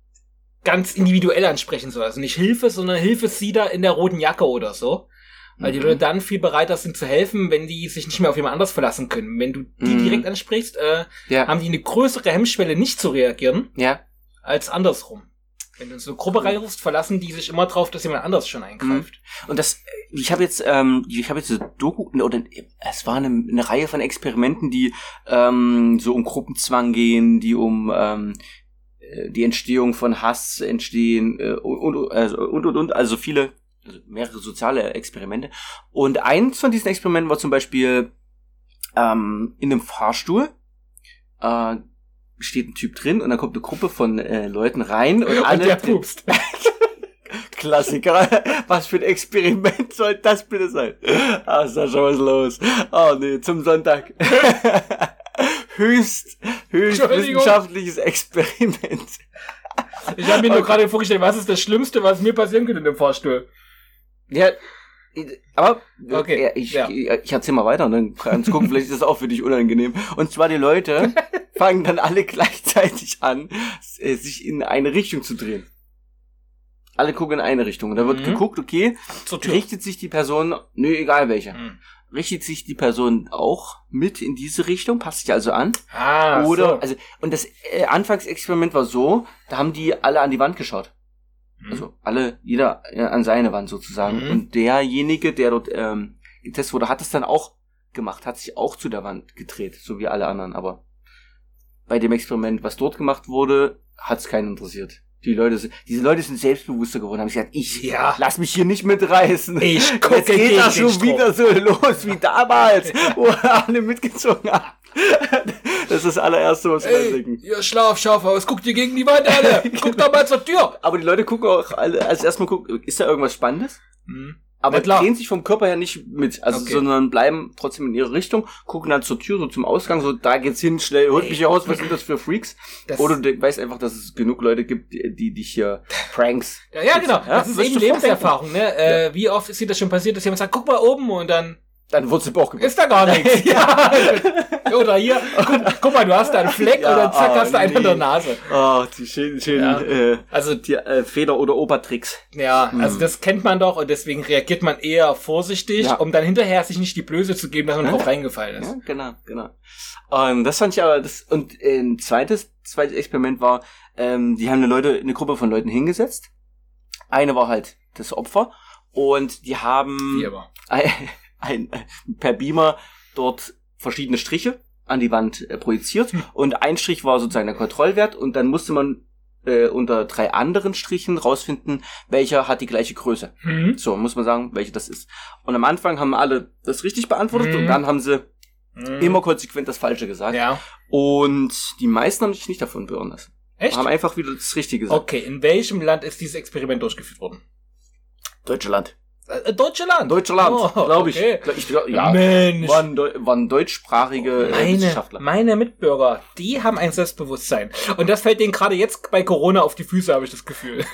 ganz individuell ansprechen soll. Also nicht Hilfe, sondern Hilfe sie da in der roten Jacke oder so. Weil die Mhm. Leute dann viel bereiter sind zu helfen, wenn die sich nicht mehr auf jemand anders verlassen können. Wenn du die Mhm. direkt ansprichst, äh, Ja, haben die eine größere Hemmschwelle, nicht zu reagieren, ja. als andersrum. Wenn du in so eine Gruppe reinrufst, verlassen die sich immer drauf, dass jemand anders schon eingreift. Und das, ich habe jetzt, ähm, ich habe jetzt eine Doku, oder es war eine, eine Reihe von Experimenten, die ähm, so um Gruppenzwang gehen, die um ähm, äh, die Entstehung von Hass entstehen äh, und, und, also, und und und, also viele, also mehrere soziale Experimente. Und eins von diesen Experimenten war zum Beispiel ähm, in einem Fahrstuhl. Äh, steht ein Typ drin und dann kommt eine Gruppe von äh, Leuten rein und alle Und der pupst. Klassiker. Was für ein Experiment soll das bitte sein? Ah, ist da schon was los. Oh nee, zum Sonntag. höchst, höchst Entschuldigung. wissenschaftliches Experiment. Ich habe mir nur gerade vorgestellt, was ist das Schlimmste, was mir passieren könnte in dem Fahrstuhl? Ja, aber Okay, ja, ich, ja. ich, ich erzähl mal weiter und dann kannst du gucken, vielleicht ist das auch für dich unangenehm. Und zwar die Leute fangen dann alle gleichzeitig an, äh, sich in eine Richtung zu drehen. Alle gucken in eine Richtung. Und da wird Mhm. geguckt, okay, Zur Tür. richtet sich die Person, nö, egal welche, Hm. richtet sich die Person auch mit in diese Richtung, passt sich also an. Ah, Oder, so. also, und das äh, Anfangsexperiment war so, da haben die alle an die Wand geschaut. Hm. Also alle, jeder äh, an seine Wand sozusagen. Mhm. Und derjenige, der dort ähm, getestet wurde, hat es dann auch gemacht, hat sich auch zu der Wand gedreht, so wie alle anderen. Aber bei dem Experiment, was dort gemacht wurde, hat es keinen interessiert. Die Leute sind, diese Leute sind selbstbewusster geworden, haben gesagt, ich Ja. lass mich hier nicht mitreißen. Ich gucke Jetzt geht gegen das den schon Strom. wieder so los wie damals, wo alle mitgezogen haben. Das ist das allererste, was wir Ey, denken. ihr Schlafschafer, was guckt ihr gegen die Wand alle? Guckt doch mal zur Tür. Aber die Leute gucken auch alle, als erstmal gucken, ist da irgendwas Spannendes? Hm. Aber Ja, klar. drehen sich vom Körper her nicht mit, also Okay. sondern bleiben trotzdem in ihre Richtung, gucken dann zur Tür, so zum Ausgang, so da geht's hin, schnell, holt Ey. mich hier raus, was sind das für Freaks? Das- Oder du weißt einfach, dass es genug Leute gibt, die, die dich hier Pranks. Ja, ja, genau. Das ist wirst eben du Lebenserfahrung, ne? Äh, wie oft ist dir das schon passiert, dass jemand sagt, guck mal oben und dann Dann wurdest du Bauch gebracht. ist da gar nichts. Ja. Oder hier, guck, guck mal, du hast da einen Fleck Ja, und dann zack, oh, hast du einen nee. in der Nase. Oh, die schönen, schönen, Ja. äh, Also, die äh, Feder- oder Opertricks. ja, Hm. also das kennt man doch und deswegen reagiert man eher vorsichtig, Ja. um dann hinterher sich nicht die Blöße zu geben, dass man Ja. drauf reingefallen ist. Ja, genau, genau. Ähm, das fand ich aber, das, und äh, ein zweites, zweites Experiment war, ähm, die haben eine Leute, eine Gruppe von Leuten hingesetzt. Eine war halt das Opfer und die haben Wie aber. ein, ein, per Beamer dort verschiedene Striche an die Wand äh, projiziert Hm. und ein Strich war sozusagen der Kontrollwert und dann musste man äh, unter drei anderen Strichen rausfinden, welcher hat die gleiche Größe. Hm? So, muss man sagen, welche das ist. Und am Anfang haben alle das richtig beantwortet Mhm. und dann haben sie Hm. immer konsequent das Falsche gesagt. Ja. Und die meisten haben sich nicht davon beirren lassen. Echt? Haben einfach wieder das Richtige gesagt. Okay, in welchem Land ist dieses Experiment durchgeführt worden? Deutschland. Äh, Deutschland. Deutschland, Oh, glaube ich. okay. ich glaub, ja, Mensch. waren, Deu waren deutschsprachige äh, Meine, Wissenschaftler. meine Mitbürger, die haben ein Selbstbewusstsein. Und das fällt denen gerade jetzt bei Corona auf die Füße, habe ich das Gefühl.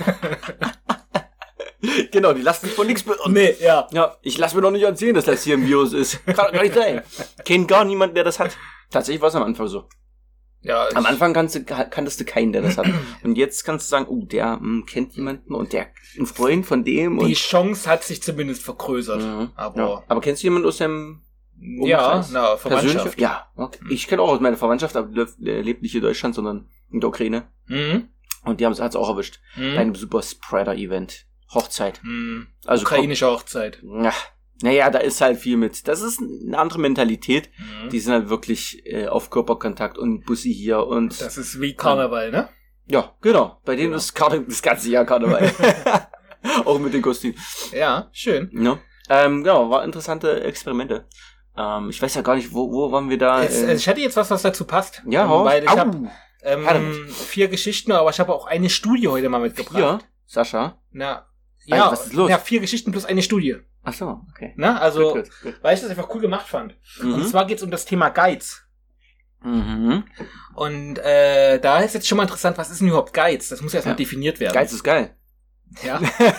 Genau, die lassen sich von nichts beirren. Nee, ja. Ja, ich lasse mir doch nicht erzählen, dass das hier ein Virus ist. Kann doch gar nicht sein. Kennt gar niemand, der das hat. Tatsächlich war es am Anfang so. Ja, Am ich- Anfang kannst du, kanntest du keinen, der das hat. Und jetzt kannst du sagen, oh, der mh, kennt jemanden und der ein Freund von dem. die Und Chance hat sich zumindest vergrößert. Mhm. Aber ja. Aber kennst du jemanden aus deinem Ja, na, Verwandtschaft. Ja, okay. Ich kenne auch aus meiner Verwandtschaft, aber die lebt nicht in Deutschland, sondern in der Ukraine. Mhm. Und die haben es auch erwischt. Mhm. Bei einem Super-Spreader-Event. Hochzeit. Mhm. Also ukrainische Hochzeit. Ja. Naja, da ist halt viel mit. Das ist eine andere Mentalität. Mhm. Die sind halt wirklich äh, auf Körperkontakt und Bussi hier und... Das ist wie Karneval, ne? Ja, genau. Bei denen Genau. ist Karne- das ganze Jahr Karneval. Auch mit den Kostümen. Ja, schön. Ja. Ähm, genau, war interessante Experimente. Ähm, ich weiß ja gar nicht, wo, wo waren wir da? Jetzt, äh, ich hätte jetzt was, was dazu passt. ja, ähm, hau. weil ich Au. habe ähm, vier Geschichten, aber ich habe auch eine Studie heute mal mitgebracht. Vier? Sascha? Na, Ey, ja, was ist los? ja, vier Geschichten plus eine Studie. Ach so, okay. Ne? Also, Gut, gut, gut. weil ich das einfach cool gemacht fand. Mhm. Und zwar geht es um das Thema Geiz. Mhm. Und äh, da ist jetzt schon mal interessant, was ist denn überhaupt Geiz? Das muss erstmal Ja. definiert werden. Geiz ist geil. Ja.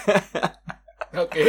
Okay.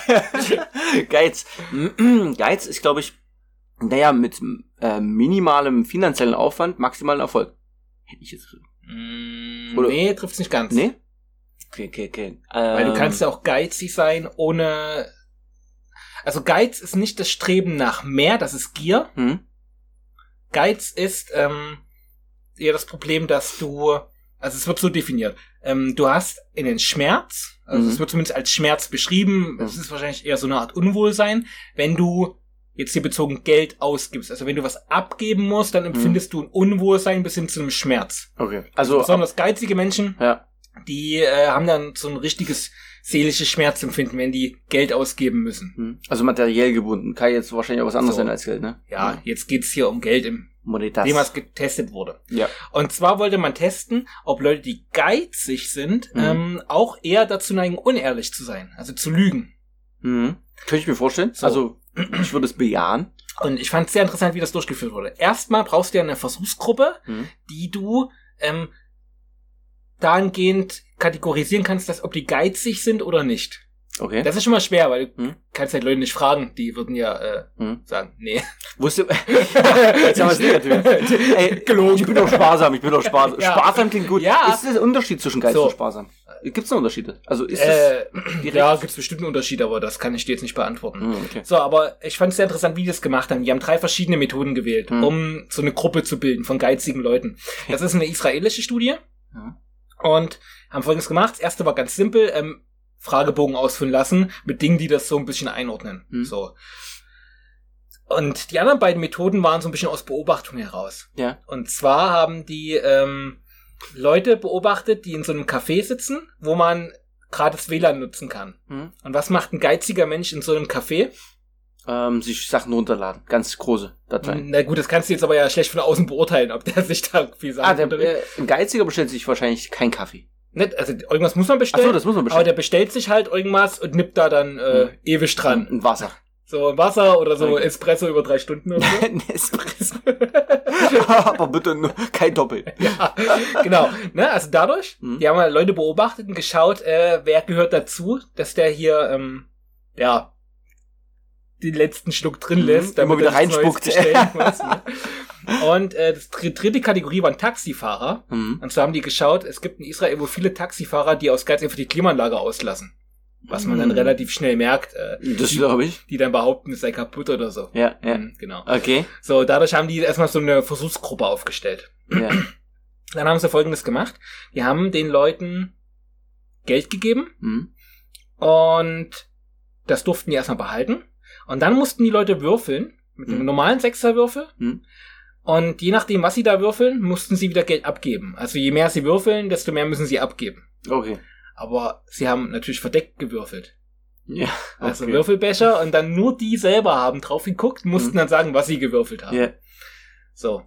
Geiz. Geiz ist, glaube ich, naja, mit äh, minimalem finanziellen Aufwand maximalen Erfolg. Hätte ich jetzt. Mm, Oder- nee, trifft's nicht ganz. Nee? Okay, okay, okay. Weil du Ähm, kannst ja auch geizig sein, ohne... Also Geiz ist nicht das Streben nach mehr, das ist Gier. Hm? Geiz ist ähm, eher das Problem, dass du... Also es wird so definiert. Ähm, du hast einen Schmerz, also Mhm. es wird zumindest als Schmerz beschrieben, es ist wahrscheinlich eher so eine Art Unwohlsein, wenn du jetzt hier bezogen Geld ausgibst. Also wenn du was abgeben musst, dann empfindest du ein Unwohlsein bis hin zu einem Schmerz. Okay. Also, Besonders geizige Menschen, ja. die äh, haben dann so ein richtiges seelisches Schmerzempfinden, wenn die Geld ausgeben müssen. Hm. Also materiell gebunden. Kann jetzt wahrscheinlich auch was anderes So. sein als Geld, ne? Ja, jetzt geht's hier um Geld, im Monetas. dem was getestet wurde. Ja. Und zwar wollte man testen, ob Leute, die geizig sind, Mhm. ähm, auch eher dazu neigen, unehrlich zu sein, also zu lügen. Mhm. Könnte ich mir vorstellen. So. Also, ich würde es bejahen. Und ich fand es sehr interessant, wie das durchgeführt wurde. Erstmal brauchst du ja eine Versuchsgruppe, Mhm. die du ähm, dahingehend kategorisieren kannst, dass ob die geizig sind oder nicht. Okay. Das ist schon mal schwer, weil du Hm. kannst halt Leute nicht fragen, die würden ja äh, Hm. sagen, nee. Wusste, jetzt haben wir es negativ. Ey, Gelogen. Ich bin doch sparsam, ich bin doch sparsam. Ja. Sparsam klingt gut. Ja. Ist das ein Unterschied zwischen Geiz So. und sparsam? Gibt es da Unterschiede? Also ist das Äh, direkt? ja, gibt's bestimmt einen Unterschied, aber das kann ich dir jetzt nicht beantworten. Hm, okay. So, aber ich fand es sehr interessant, wie die das gemacht haben. Die haben drei verschiedene Methoden gewählt, Hm. um so eine Gruppe zu bilden von geizigen Leuten. Das ist eine israelische Studie Ja. und haben Folgendes gemacht. Das erste war ganz simpel, ähm, Fragebogen ausfüllen lassen mit Dingen, die das so ein bisschen einordnen. Hm. So. Und die anderen beiden Methoden waren so ein bisschen aus Beobachtung heraus. Ja. Und zwar haben die ähm, Leute beobachtet, die in so einem Café sitzen, wo man gratis W L A N nutzen kann. Hm. Und was macht ein geiziger Mensch in so einem Café? Ähm, sich Sachen runterladen. Ganz große Dateien. Na gut, das kannst du jetzt aber ja schlecht von außen beurteilen, ob der sich da viel Sachen Ah, der, runterlädt. äh, ein Geiziger bestellt sich wahrscheinlich kein Kaffee. Nicht, also irgendwas muss man Ach bestellen, so, das muss man aber bestellen. der bestellt sich halt irgendwas und nippt da dann äh, Hm. ewig dran. Ein Wasser. So Wasser oder so Okay. Espresso über drei Stunden oder so. Ein Espresso. Aber bitte nur kein Doppel. Ja, genau. Ne, also dadurch, Mhm. die haben halt Leute beobachtet und geschaut, äh, wer gehört dazu, dass der hier, ähm, ja, den letzten Schluck drin Mhm, lässt, immer wieder er nichts Neues reinspuckt. bestellen muss, ne? Und äh, das dr- dritte Kategorie waren Taxifahrer. Hm. Und so haben die geschaut, es gibt in Israel wohl viele Taxifahrer, die aus Geiz einfach die Klimaanlage auslassen. Was man dann Mhm. relativ schnell merkt, äh, Das die, glaube ich. die dann behaupten, es sei kaputt oder so. Ja, ja. Mhm, genau. Okay. So, dadurch haben die erstmal so eine Versuchsgruppe aufgestellt. Ja. Dann haben sie Folgendes gemacht. Die haben den Leuten Geld gegeben Hm. und das durften die erstmal behalten. Und dann mussten die Leute würfeln mit einem Mhm. normalen Sechserwürfel. Mhm. Und je nachdem, was sie da würfeln, mussten sie wieder Geld abgeben. Also je mehr sie würfeln, desto mehr müssen sie abgeben. Okay. Aber sie haben natürlich verdeckt gewürfelt. Ja. Also okay. Würfelbecher und dann nur die selber haben drauf geguckt, mussten Mhm. dann sagen, was sie gewürfelt haben. Ja. So.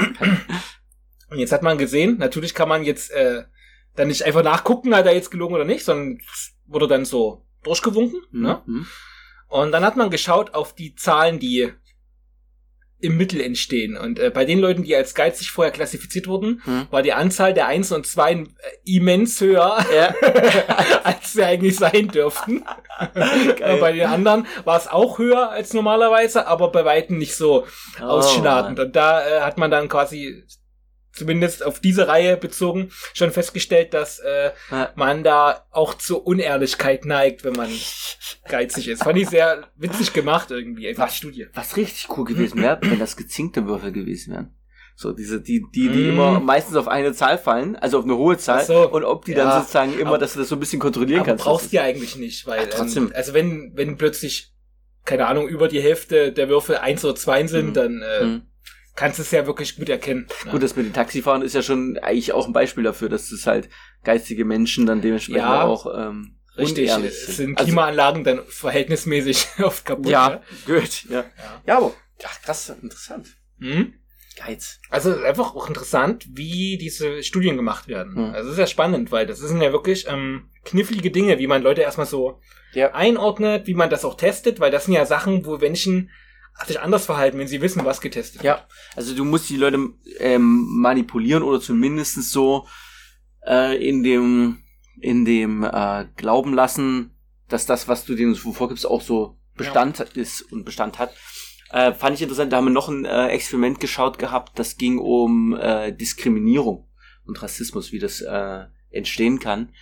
Und jetzt hat man gesehen, natürlich kann man jetzt äh, dann nicht einfach nachgucken, hat er jetzt gelogen oder nicht, sondern es wurde dann so durchgewunken. Mhm. Ne? Mhm. Und dann hat man geschaut auf die Zahlen, die im Mittel entstehen. Und äh, bei den Leuten, die als geizig vorher klassifiziert wurden, Mhm. war die Anzahl der Einsen und Zweien äh, immens höher, Ja. als sie eigentlich sein dürften. Und bei den anderen war es auch höher als normalerweise, aber bei Weitem nicht so Oh, ausschladend. Und da äh, hat man dann quasi, zumindest auf diese Reihe bezogen, schon festgestellt, dass äh, Ja. man da auch zur Unehrlichkeit neigt, wenn man geizig ist. Fand ich sehr witzig gemacht irgendwie, einfach was, Studie. Was richtig cool gewesen wäre, wenn das gezinkte Würfel gewesen wären. So, diese, die, die, die Mm. immer meistens auf eine Zahl fallen, also auf eine hohe Zahl, so. und ob die Ja. dann sozusagen immer, Aber- dass du das so ein bisschen kontrollieren Aber kannst. brauchst du ja eigentlich nicht, weil, Ach, trotzdem. ähm, also wenn, wenn plötzlich, keine Ahnung, über die Hälfte der Würfel eins oder zwei sind, Mhm. dann äh, Mhm. kannst du es ja wirklich gut erkennen. Ne? Gut, das mit den Taxifahren ist ja schon eigentlich auch ein Beispiel dafür, dass das halt geistige Menschen dann dementsprechend Ja. auch ähm, Richtig, unehrlich es sind. sind Also- Klimaanlagen dann verhältnismäßig oft kaputt. Ja, gut, ja. Ne? Ja. Ja, aber, ach, krass, interessant. Mhm. Geiz. Also einfach auch interessant, wie diese Studien gemacht werden. Mhm. Also es ist ja spannend, weil das sind ja wirklich ähm, knifflige Dinge, wie man Leute erstmal so Ja. einordnet, wie man das auch testet, weil das sind ja Sachen, wo Menschen sich anders verhalten, wenn sie wissen, was getestet Ja, also du musst die Leute ähm, manipulieren oder zumindest so äh, in dem in dem äh, Glauben lassen, dass das, was du denen so vorgibst, auch so Bestand ist und Bestand hat. Äh, fand ich interessant, da haben wir noch ein äh, Experiment geschaut gehabt, das ging um äh, Diskriminierung und Rassismus, wie das äh, entstehen kann.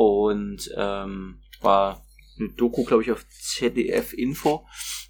Und ähm, war eine Doku, glaube ich, auf Z D F Info.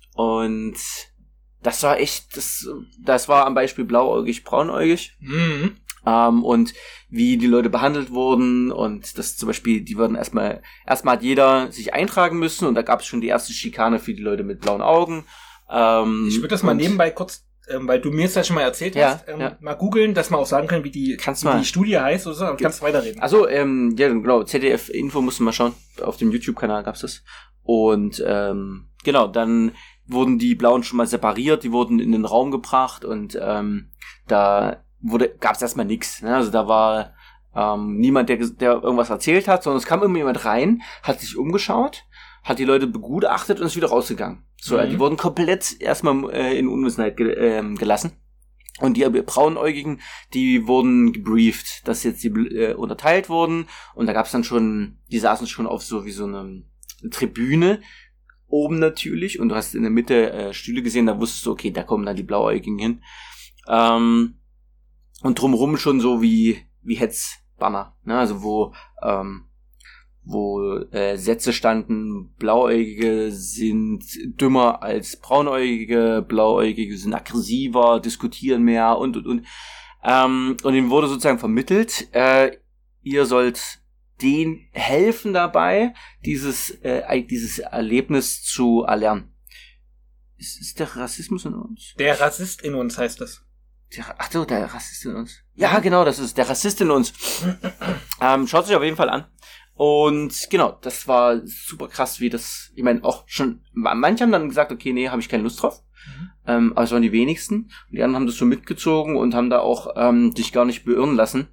Und das war echt, das, das war am Beispiel blauäugig, braunäugig. Mhm. Ähm, und wie die Leute behandelt wurden und das zum Beispiel, die würden erstmal, erstmal hat jeder sich eintragen müssen und da gab es schon die erste Schikane für die Leute mit blauen Augen. Ähm, Ich würde das mal und- nebenbei kurz, ähm, weil du mir es ja schon mal erzählt Ja, hast, ähm, ja. mal googeln, dass man auch sagen kann, wie die, Kannst wie mal. die Studie heißt oder so, und kannst weiterreden. Also, ähm, ja, genau, Z D F Info musst du mal schauen. Auf dem YouTube-Kanal gab's das. Und, ähm, genau, dann wurden die Blauen schon mal separiert, die wurden in den Raum gebracht und, ähm, da wurde, gab's erstmal nix, ne? Also da war, ähm, niemand, der, ges- der irgendwas erzählt hat, sondern es kam immer jemand rein, hat sich umgeschaut, hat die Leute begutachtet und ist wieder rausgegangen. So, Mhm. die wurden komplett erstmal äh, in Unwissenheit ge ähm, gelassen. Und die Braunäugigen, die wurden gebrieft, dass jetzt die äh, unterteilt wurden. Und da gab's dann schon, die saßen schon auf so wie so eine Tribüne, oben natürlich. Und du hast in der Mitte äh, Stühle gesehen, da wusstest du, okay, da kommen dann die Blauäugigen hin. Ähm, und drumherum schon so wie, wie Hetzbanner, ne? Also wo, ähm, wo äh, Sätze standen, Blauäugige sind dümmer als Braunäugige, Blauäugige sind aggressiver, diskutieren mehr und und und. Ähm, und ihnen wurde sozusagen vermittelt, äh, ihr sollt denen helfen dabei, dieses äh, dieses Erlebnis zu erlernen. Ist, ist der Rassismus in uns? Der Rassist in uns heißt das. Der, ach so, der Rassist in uns. Ja, genau, das ist der Rassist in uns. ähm, schaut sich auf jeden Fall an. Und genau, das war super krass, wie das, ich meine, auch schon, manche haben dann gesagt, okay, nee, habe ich keine Lust drauf. Mhm. Ähm, aber es waren die wenigsten. Und die anderen haben das so mitgezogen und haben da auch ähm, sich gar nicht beirren lassen.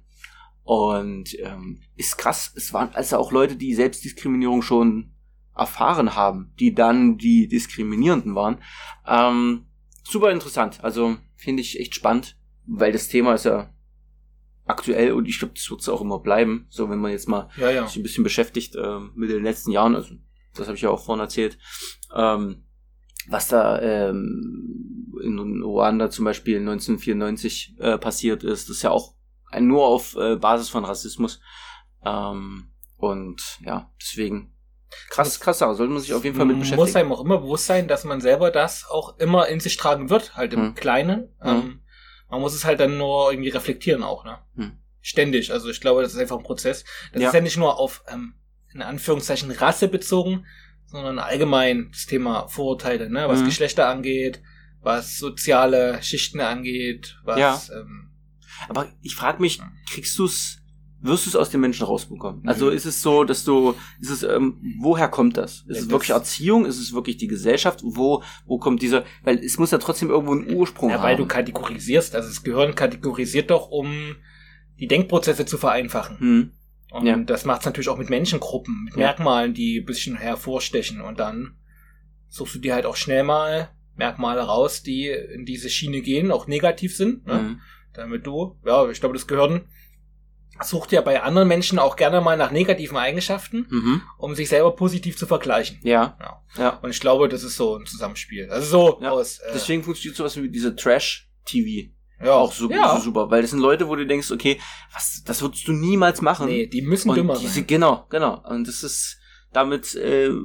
Und ähm, ist krass, es waren also auch Leute, die Selbstdiskriminierung schon erfahren haben, die dann die Diskriminierenden waren. Ähm, super interessant, also finde ich echt spannend, weil das Thema ist ja aktuell und ich glaube, das wird es auch immer bleiben, so wenn man jetzt mal Ja, ja. sich ein bisschen beschäftigt ähm, mit den letzten Jahren, also das habe ich ja auch vorhin erzählt, ähm, was da ähm, in Ruanda zum Beispiel neunzehnhundertvierundneunzig äh, passiert ist, das ist ja auch ein, nur auf äh, Basis von Rassismus ähm, und ja, deswegen krass, krass Sache, sollte man sich auf jeden Fall mit Man beschäftigen. muss einem auch immer bewusst sein, dass man selber das auch immer in sich tragen wird, halt im Hm. Kleinen. Ähm, man muss es halt dann nur irgendwie reflektieren auch, ne? Hm. Ständig. Also ich glaube, das ist einfach ein Prozess. Das Ja. ist ja nicht nur auf, ähm, in Anführungszeichen, Rasse bezogen, sondern allgemein das Thema Vorurteile, ne? Was Mhm. Geschlechter angeht, was soziale Schichten angeht, was, Ja. ähm, Aber ich frage mich, kriegst du's, wirst du es aus den Menschen rausbekommen? Also Mhm. ist es so, dass du, ist es, ähm, woher kommt das? Ist Ja, es das- wirklich Erziehung? Ist es wirklich die Gesellschaft? Wo, wo kommt dieser, weil es muss ja trotzdem irgendwo einen Ursprung ja, haben. weil du kategorisierst, also das Gehirn kategorisiert doch, um die Denkprozesse zu vereinfachen. Hm. Und Ja. das macht es natürlich auch mit Menschengruppen, mit Ja. Merkmalen, die ein bisschen hervorstechen. Und dann suchst du dir halt auch schnell mal Merkmale raus, die in diese Schiene gehen, auch negativ sind. Ne? Mhm. Damit du, ja, ich glaube, das Gehirn sucht ja bei anderen Menschen auch gerne mal nach negativen Eigenschaften, Mhm. um sich selber positiv zu vergleichen. Ja. Ja. Ja. Und ich glaube, das ist so ein Zusammenspiel. Also so Ja. aus. Äh, Deswegen funktioniert sowas wie diese Trash-T V ja, auch so, ja. so super, weil das sind Leute, wo du denkst, okay, was, das würdest du niemals machen. Nee, die müssen Und dümmer diese, sein. genau, genau. Und das ist, damit äh,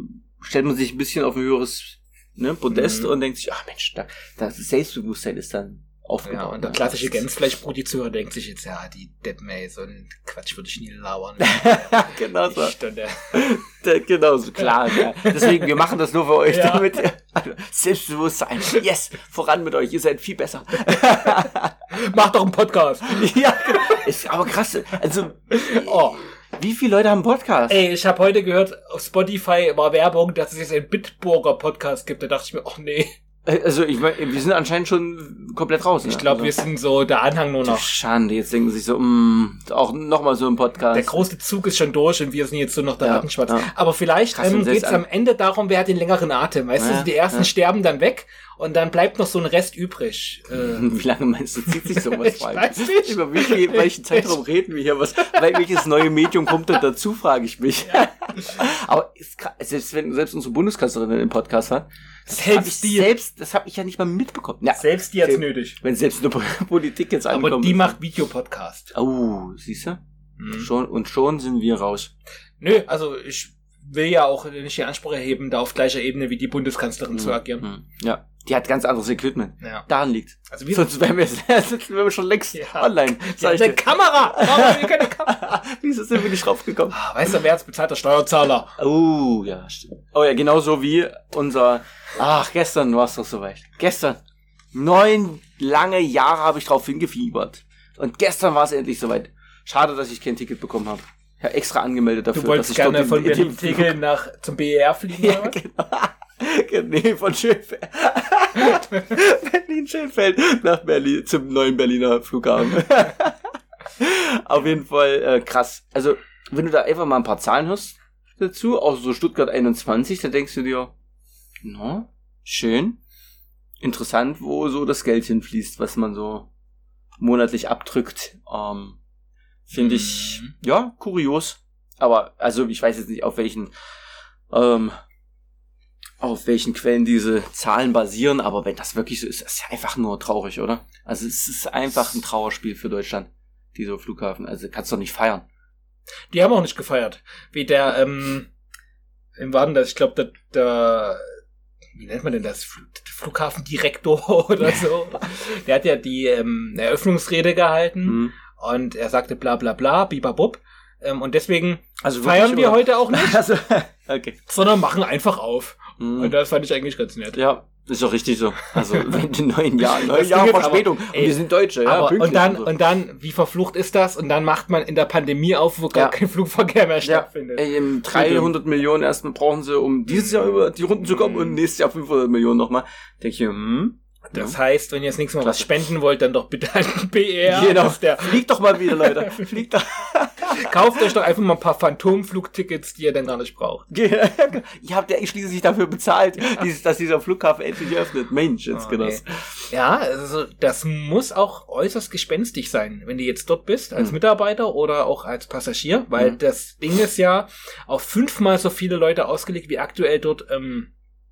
stellt man sich ein bisschen auf ein höheres ne, Podest Mhm. und denkt sich, ach Mensch, da, das Selbstbewusstsein ist dann aufgebaut. Ja, und der ne? klassische Das ist- Gänsefleischbrot-Zuhörer denkt sich jetzt, ja, die Deppen, ey, so ein Quatsch würde ich nie labern. genau so. Ich und der- Der, genau so, klar. Ja. Deswegen, wir machen das nur für euch, Ja. damit ihr also, Selbstbewusstsein. Yes, voran mit euch, ihr seid viel besser. Mach doch einen Podcast. ja, genau. Ist aber krass. Also, Oh. wie viele Leute haben einen Podcast? Ey, ich habe heute gehört, auf Spotify war Werbung, dass es jetzt einen Bitburger-Podcast gibt. Da dachte ich mir, ach nee. Also, ich mein, wir sind anscheinend schon komplett raus. Ich ne? glaube, wir also, sind so der Anhang nur noch. Schande, jetzt denken sie sich so, mh, auch nochmal so ein Podcast. Der große Zug ist schon durch und wir sind jetzt so noch der Ja, Rattenschwanz. ja. Aber vielleicht Krass, ähm, und selbst geht es am an- Ende darum, wer hat den längeren Atem. Weißt Ja, du, die ersten ja. sterben dann weg und dann bleibt noch so ein Rest übrig. Äh, Wie lange meinst du, zieht sich sowas Ich frei? weiß nicht. Über wie viel, welchen Zeitraum reden wir hier? Was, weil, welches neue Medium kommt denn dazu, frage ich mich. Aber ist, krass, selbst wenn selbst unsere Bundeskanzlerin einen Podcast hat, das Selbst habe ich die- selbst, das habe ich ja nicht mal mitbekommen. Ja, Selbst die hat's Selbst- nötig. wenn selbst eine Politik jetzt ankommt. Aber die macht Videopodcast. Oh, siehst du? Mhm. Schon, und schon sind wir raus. Nö, also ich will ja auch nicht den Anspruch erheben, da auf gleicher Ebene wie die Bundeskanzlerin zu agieren. Mhm. Ja, die hat ganz anderes Equipment. Ja. Daran liegt. Also wie Sonst wären wir, sonst wären wir schon längst Ja. online. Ja, Sag ich eine dir. Kamera! Warum haben wir keine Kamera? Wieso sind wir nicht draufgekommen? Ah, weißt du, wer hat's bezahlt? Der Steuerzahler. Oh, ja, stimmt. Oh ja, genauso wie unser, ach, gestern war es doch soweit. Gestern. Neun lange Jahre habe ich drauf hingefiebert. Und gestern war es endlich soweit. Schade, dass ich kein Ticket bekommen habe. Ich habe extra angemeldet dafür. Du wolltest dass ich gerne dort von in- in dem Berlin-Tegel nach zum B E R fliegen, Ja, oder was? genau. Nee, von Schönfeld. Berlin-Schönfeld nach Berlin, zum neuen Berliner Flughafen. Auf jeden Fall äh, krass. Also, wenn du da einfach mal ein paar Zahlen hörst dazu, auch so Stuttgart einundzwanzig, da denkst du dir, na, schön, interessant, wo so das Geld hinfließt, was man so monatlich abdrückt. Ähm, Finde ich, Mhm. ja, kurios. Aber, also, ich weiß jetzt nicht, auf welchen ähm, auf welchen Quellen diese Zahlen basieren, aber wenn das wirklich so ist, ist es ja einfach nur traurig, oder? Also es ist einfach ein Trauerspiel für Deutschland, dieser Flughafen. Also kannst du doch nicht feiern. Die haben auch nicht gefeiert. Wie der, ähm, im Warten, das, ich glaube, der, der, wie nennt man denn das? Fl- Flughafendirektor oder so. Der hat ja die ähm, Eröffnungsrede gehalten Mhm. und er sagte bla bla bla, bibabub. Ähm, und deswegen Also feiern wirklich, wir oder? heute auch nicht, Also, okay. sondern machen einfach auf. Mhm. Und das fand ich eigentlich ganz nett. Ja, ist doch richtig so. Also wenn die neun Jahre, neun Das Jahre Ding ist Verspätung. aber, Und ey, wir sind Deutsche, ja, Aber, pünktlich und dann, so. und dann, wie verflucht ist das? Und dann macht man in der Pandemie auf, wo gar Ja. kein Flugverkehr mehr Ja, stattfindet. ey, im dreihundert Millionen erstmal brauchen sie, um dieses Jahr über die Runden zu kommen und nächstes Jahr fünfhundert Millionen nochmal. Denke ich, hm? Das heißt, wenn ihr das nächste Mal was Klasse. spenden wollt, dann doch bitte an den B R. Genau. dass Der, Fliegt doch mal wieder, Leute. Fliegt doch. kauft euch doch einfach mal ein paar Phantomflugtickets, die ihr dann gar nicht braucht. Ihr habt ja schließlich dafür bezahlt, dieses, dass dieser Flughafen endlich öffnet. Mensch, jetzt Oh, geht das. nee. Ja, also das muss auch äußerst gespenstig sein, wenn du jetzt dort bist, als Mhm. Mitarbeiter oder auch als Passagier, weil Mhm. das Ding ist ja auf fünfmal so viele Leute ausgelegt, wie aktuell dort ähm,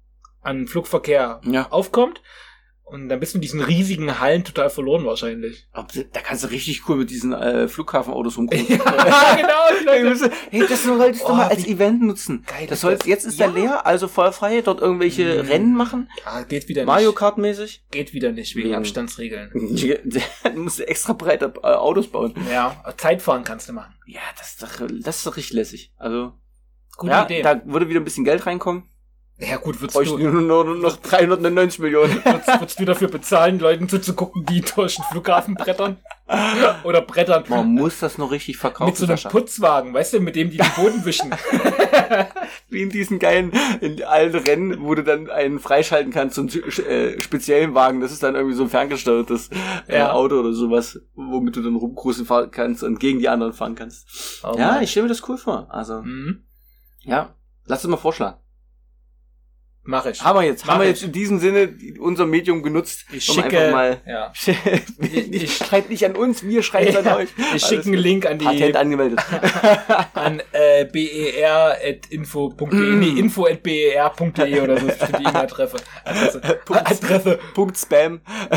an Flugverkehr Ja. aufkommt. Und dann bist du in diesen riesigen Hallen total verloren wahrscheinlich. Aber da kannst du richtig cool mit diesen äh, Flughafenautos rumkommen. Ja, genau. die Leute- Hey, das solltest Oh, du mal als wie Event nutzen. geil Das ist soll, das. jetzt ist Ja. er leer, also voll frei, dort irgendwelche Mhm. Rennen machen. Ja, geht wieder Mario nicht. Kart mäßig. Geht wieder nicht, wegen Mhm. Abstandsregeln. Du musst extra breite äh, Autos bauen. Ja, Zeitfahren kannst du machen. Ja, das ist doch, das ist doch richtig lässig. Also, Gute ja, Idee. da würde wieder ein bisschen Geld reinkommen. Ja gut, würdest Bräuchten du, nur noch, nur noch dreihundertneunundneunzig Millionen. würdest, würdest du dafür bezahlen, Leuten zuzugucken, die durch den Flughafen brettern? Oder brettern? Man muss das noch richtig verkaufen, Mit so einem Sascha. Putzwagen, weißt du, mit dem die den Boden wischen. Wie in diesen geilen, in allen Rennen, wo du dann einen freischalten kannst, so einen äh, speziellen Wagen. Das ist dann irgendwie so ein ferngesteuertes äh, Ja. Auto oder sowas, womit du dann rumcruisen fahren kannst und gegen die anderen fahren kannst. Oh ja, Mann. ich stelle mir das cool vor. Also, Mhm. ja, lass es mal vorschlagen. Mach ich. Haben wir jetzt, Mach haben wir ich. jetzt in diesem Sinne die- unser Medium genutzt, Ich um schicke, einfach mal, ja. ich, schreibt nicht an uns, wir schreiben an Ja, euch. ich schicke einen Link an die Patent angemeldet. an äh, ber at info punkt de, Mm. nee, info at ber punkt de oder so ist bestimmt die E-Mail-Adresse. Adresse. Adresse. Punkt Spam.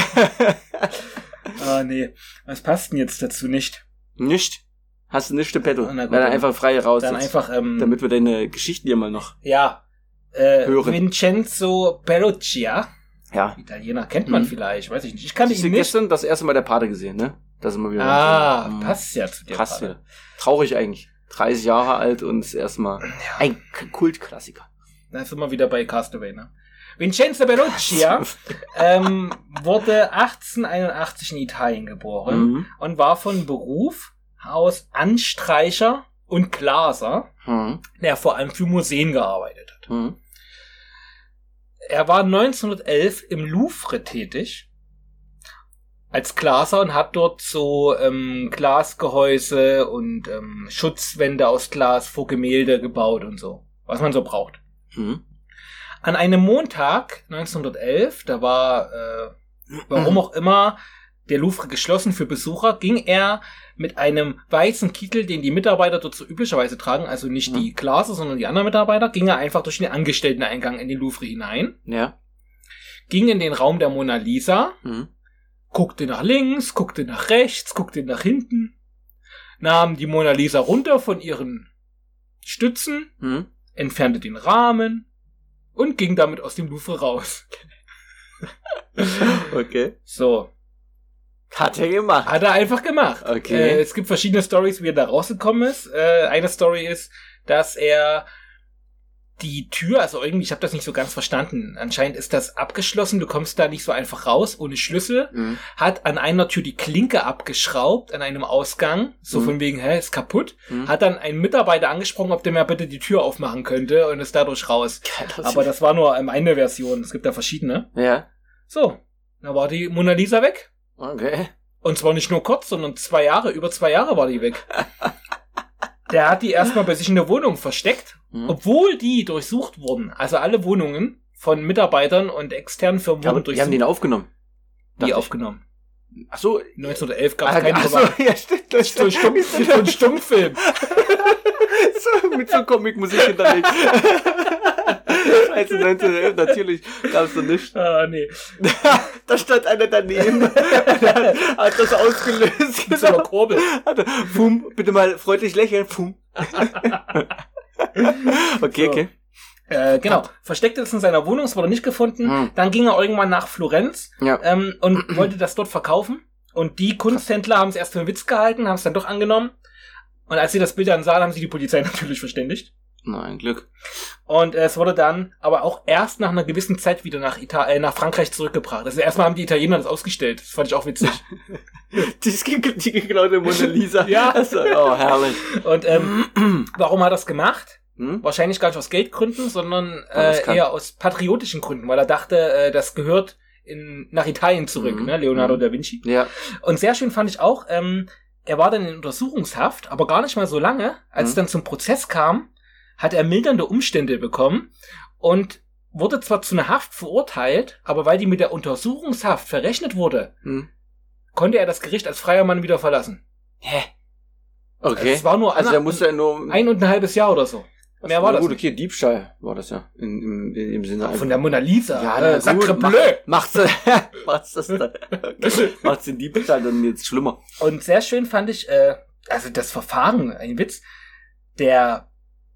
Ah, nee. Was passt denn jetzt dazu nicht? Nicht. Hast du nicht, Petto. Na gut, Dann dann- einfach frei raus. Dann jetzt. einfach, ähm, Damit wir deine Geschichten hier mal noch. ja, äh, hören. Vincenzo Perugia. Ja. Italiener kennt man Mhm. vielleicht, weiß ich nicht. Ich kannte Ich ihn habe nicht. gestern das erste Mal der Pate gesehen, ne? Das sind wir wieder. Ah, Mhm. passt ja zu dir. Passt gerade. wieder. Traurig eigentlich. dreißig Jahre alt und das erste Mal ein K- Kultklassiker. Da sind wir wieder bei Castaway, ne? Vincenzo Perugia ähm, wurde achtzehnhunderteinundachtzig in Italien geboren Mhm. und war von Beruf aus Anstreicher und Glaser, Mhm. der vor allem für Museen gearbeitet hat. Mhm. Er war neunzehnhundertelf im Louvre tätig als Glaser und hat dort so ähm, Glasgehäuse und ähm, Schutzwände aus Glas vor Gemälde gebaut und so, was man so braucht. Mhm. An einem Montag neunzehnhundertelf, da war, äh, warum auch immer, der Louvre geschlossen für Besucher, ging er mit einem weißen Kittel, den die Mitarbeiter dort so üblicherweise tragen, also nicht Mhm. die Glaser, sondern die anderen Mitarbeiter, ging er einfach durch den Angestellteneingang in den Louvre hinein, Ja. ging in den Raum der Mona Lisa, Mhm. guckte nach links, guckte nach rechts, guckte nach hinten, nahm die Mona Lisa runter von ihren Stützen, Mhm. entfernte den Rahmen und ging damit aus dem Louvre raus. Okay. So, Hat er gemacht. hat er einfach gemacht. Okay. Äh, es gibt verschiedene Stories, wie er da rausgekommen ist. Äh, eine Story ist, dass er die Tür, also irgendwie, ich habe das nicht so ganz verstanden. Anscheinend ist das abgeschlossen, du kommst da nicht so einfach raus, ohne Schlüssel. Mhm. Hat an einer Tür die Klinke abgeschraubt, an einem Ausgang, so Mhm. von wegen, hä, ist kaputt. Mhm. Hat dann einen Mitarbeiter angesprochen, ob der mir bitte die Tür aufmachen könnte und ist dadurch raus. Aber das war nur ähm, eine Version, es gibt da verschiedene. Ja. So, da war die Mona Lisa weg. Okay. Und zwar nicht nur kurz, sondern zwei Jahre, über zwei Jahre war die weg. Der hat die erstmal bei sich in der Wohnung versteckt, Mhm. obwohl die durchsucht wurden. Also alle Wohnungen von Mitarbeitern und externen Firmen Ja, wurden aber die durchsucht. haben den aufgenommen. die dachte ich. aufgenommen. Ach so. neunzehnhundertelf gab es Ah, keinen ach so, Beweis. ja, stimmt. Das So ein, Stumm, so ein Stummfilm. so, mit so Comic-Musik hinterlegt. Scheiße, neunzehnhundertelf, natürlich gab es noch nicht. Ah, nee. Da stand einer daneben und hat, hat das ausgelöst. Mit so einer Kurbel. Hat er, Fum, bitte mal freundlich lächeln. Fum. Okay, So. okay. Äh, genau. Versteckte es in seiner Wohnung, es wurde nicht gefunden. Hm. Dann ging er irgendwann nach Florenz Ja. ähm, und wollte das dort verkaufen. Und die Kunsthändler haben es erst für einen Witz gehalten, haben es dann doch angenommen. Und als sie das Bild dann sahen, haben sie die Polizei natürlich verständigt. Nein, Glück. Und äh, es wurde dann aber auch erst nach einer gewissen Zeit wieder nach, Ita äh, nach Frankreich zurückgebracht. Also erstmal haben die Italiener das ausgestellt. Das fand ich auch witzig. Die, die geklaute Mona Lisa. Ja. Also, oh, herrlich. Und ähm, warum hat er das gemacht? Hm? Wahrscheinlich gar nicht aus Geldgründen, sondern Aber das äh, kann- eher aus patriotischen Gründen, weil er dachte, äh, das gehört in, nach Italien zurück, Mhm. ne? Leonardo Mhm. da Vinci. Ja. Und sehr schön fand ich auch, ähm, er war dann in Untersuchungshaft, aber gar nicht mal so lange. Als Mhm. es dann zum Prozess kam, hat er mildernde Umstände bekommen und wurde zwar zu einer Haft verurteilt, aber weil die mit der Untersuchungshaft verrechnet wurde, Hm. konnte er das Gericht als freier Mann wieder verlassen. Hä? Okay. Es war nur Also ein, der musste ja nur... ein und ein halbes Jahr oder so. Mehr war Na das gut, nicht. okay, Diebstahl war das ja. In, im, in, Im Sinne Von der Mona Lisa. Ja, äh, na Sacre gut, mach- bleu. Macht's, macht's das dann, okay. Macht's den Diebstahl dann jetzt schlimmer. Und sehr schön fand ich, äh, also das Verfahren, ein Witz, der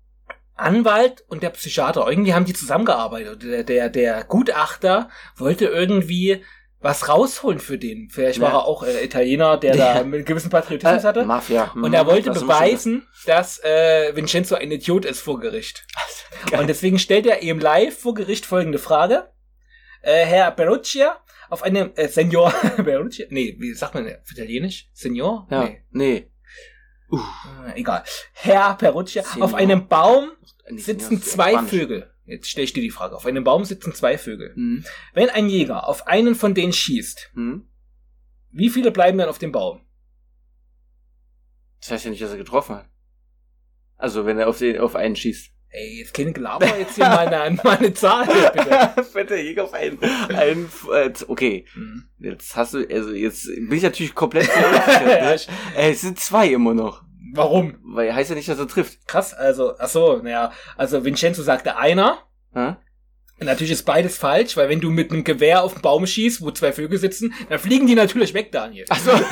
Anwalt und der Psychiater, irgendwie haben die zusammengearbeitet. Der, der, der Gutachter wollte irgendwie was rausholen für den. Vielleicht Ja. war er auch äh, Italiener, der Ja. da einen gewissen Patriotismus hatte. Mafia. Und er wollte Das ist beweisen, dass äh, Vincenzo ein Idiot ist vor Gericht. Geil. Und deswegen stellt er ihm live vor Gericht folgende Frage. Äh, Herr Perugia, auf einem, äh, Senor Perugia, nee, wie sagt man auf Italienisch? Senor? Ja, Nee. nee. Äh, egal. Herr Perugia, Senor. auf einem Baum Nicht sitzen Senor, zwei Spanisch. Vögel. Jetzt stelle ich dir die Frage. Auf einem Baum sitzen zwei Vögel. Hm. Wenn ein Jäger auf einen von denen schießt, Hm. wie viele bleiben dann auf dem Baum? Das heißt ja nicht, dass er getroffen hat. Also, wenn er auf, den, auf einen schießt. Ey, jetzt keine Gelaber, jetzt hier mal eine, mal eine Zahl, bitte. Wenn der Jäger auf einen, einen äh, okay. Hm. Jetzt hast du, also jetzt bin ich natürlich komplett verunsichert, ne? Äh, Es sind zwei immer noch. Warum? Weil heißt ja nicht, dass er trifft. Krass, also, ach so, naja, also Vincenzo sagte einer. Hä? Natürlich ist beides falsch, weil wenn du mit einem Gewehr auf einen Baum schießt, wo zwei Vögel sitzen, dann fliegen die natürlich weg, Daniel. Ach so.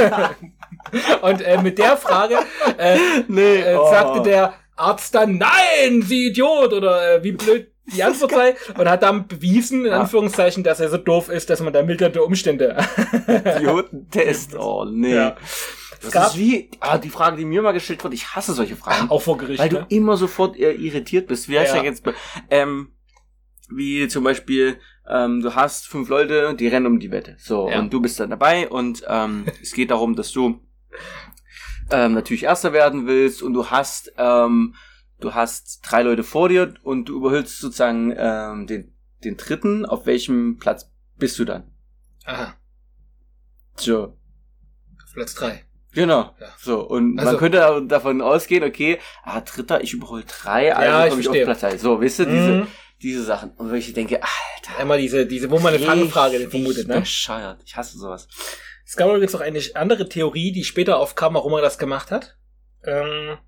Und äh, mit der Frage äh, Nee, äh, oh. sagte der Arzt dann, nein, Sie Idiot, oder äh, wie blöd die Antwort sei und hat dann bewiesen, in Anführungszeichen, dass er so doof ist, dass man da mildernde Umstände... Idiotentest, oh nee. Ja. Das gab, ist wie ah, die Frage, die mir mal gestellt wird. Ich hasse solche Fragen. Auch vor Gericht, weil ne? du immer sofort äh, irritiert bist. Wie heißt ja. ja jetzt? Ähm, wie zum Beispiel, ähm, du hast fünf Leute, die rennen um die Wette. So, ja. und du bist dann dabei und ähm, es geht darum, dass du ähm, natürlich Erster werden willst und du hast ähm, du hast drei Leute vor dir und du überhölst sozusagen ähm, den, den dritten. Auf welchem Platz bist du dann? Aha. So. Auf Platz drei. Genau, ja. so, und also, man könnte davon ausgehen, okay, ah, Dritter, ich überhole drei, also ja, komme ich, ich auf Platz drei. So, weißt du, diese, mhm. diese Sachen. Und wenn ich denke, Alter. Einmal diese, diese, wo man eine Fangfrage vermutet, ne? Bescheuert, ich hasse sowas. Es gab übrigens noch eine andere Theorie, die später aufkam, warum er das gemacht hat. Ähm,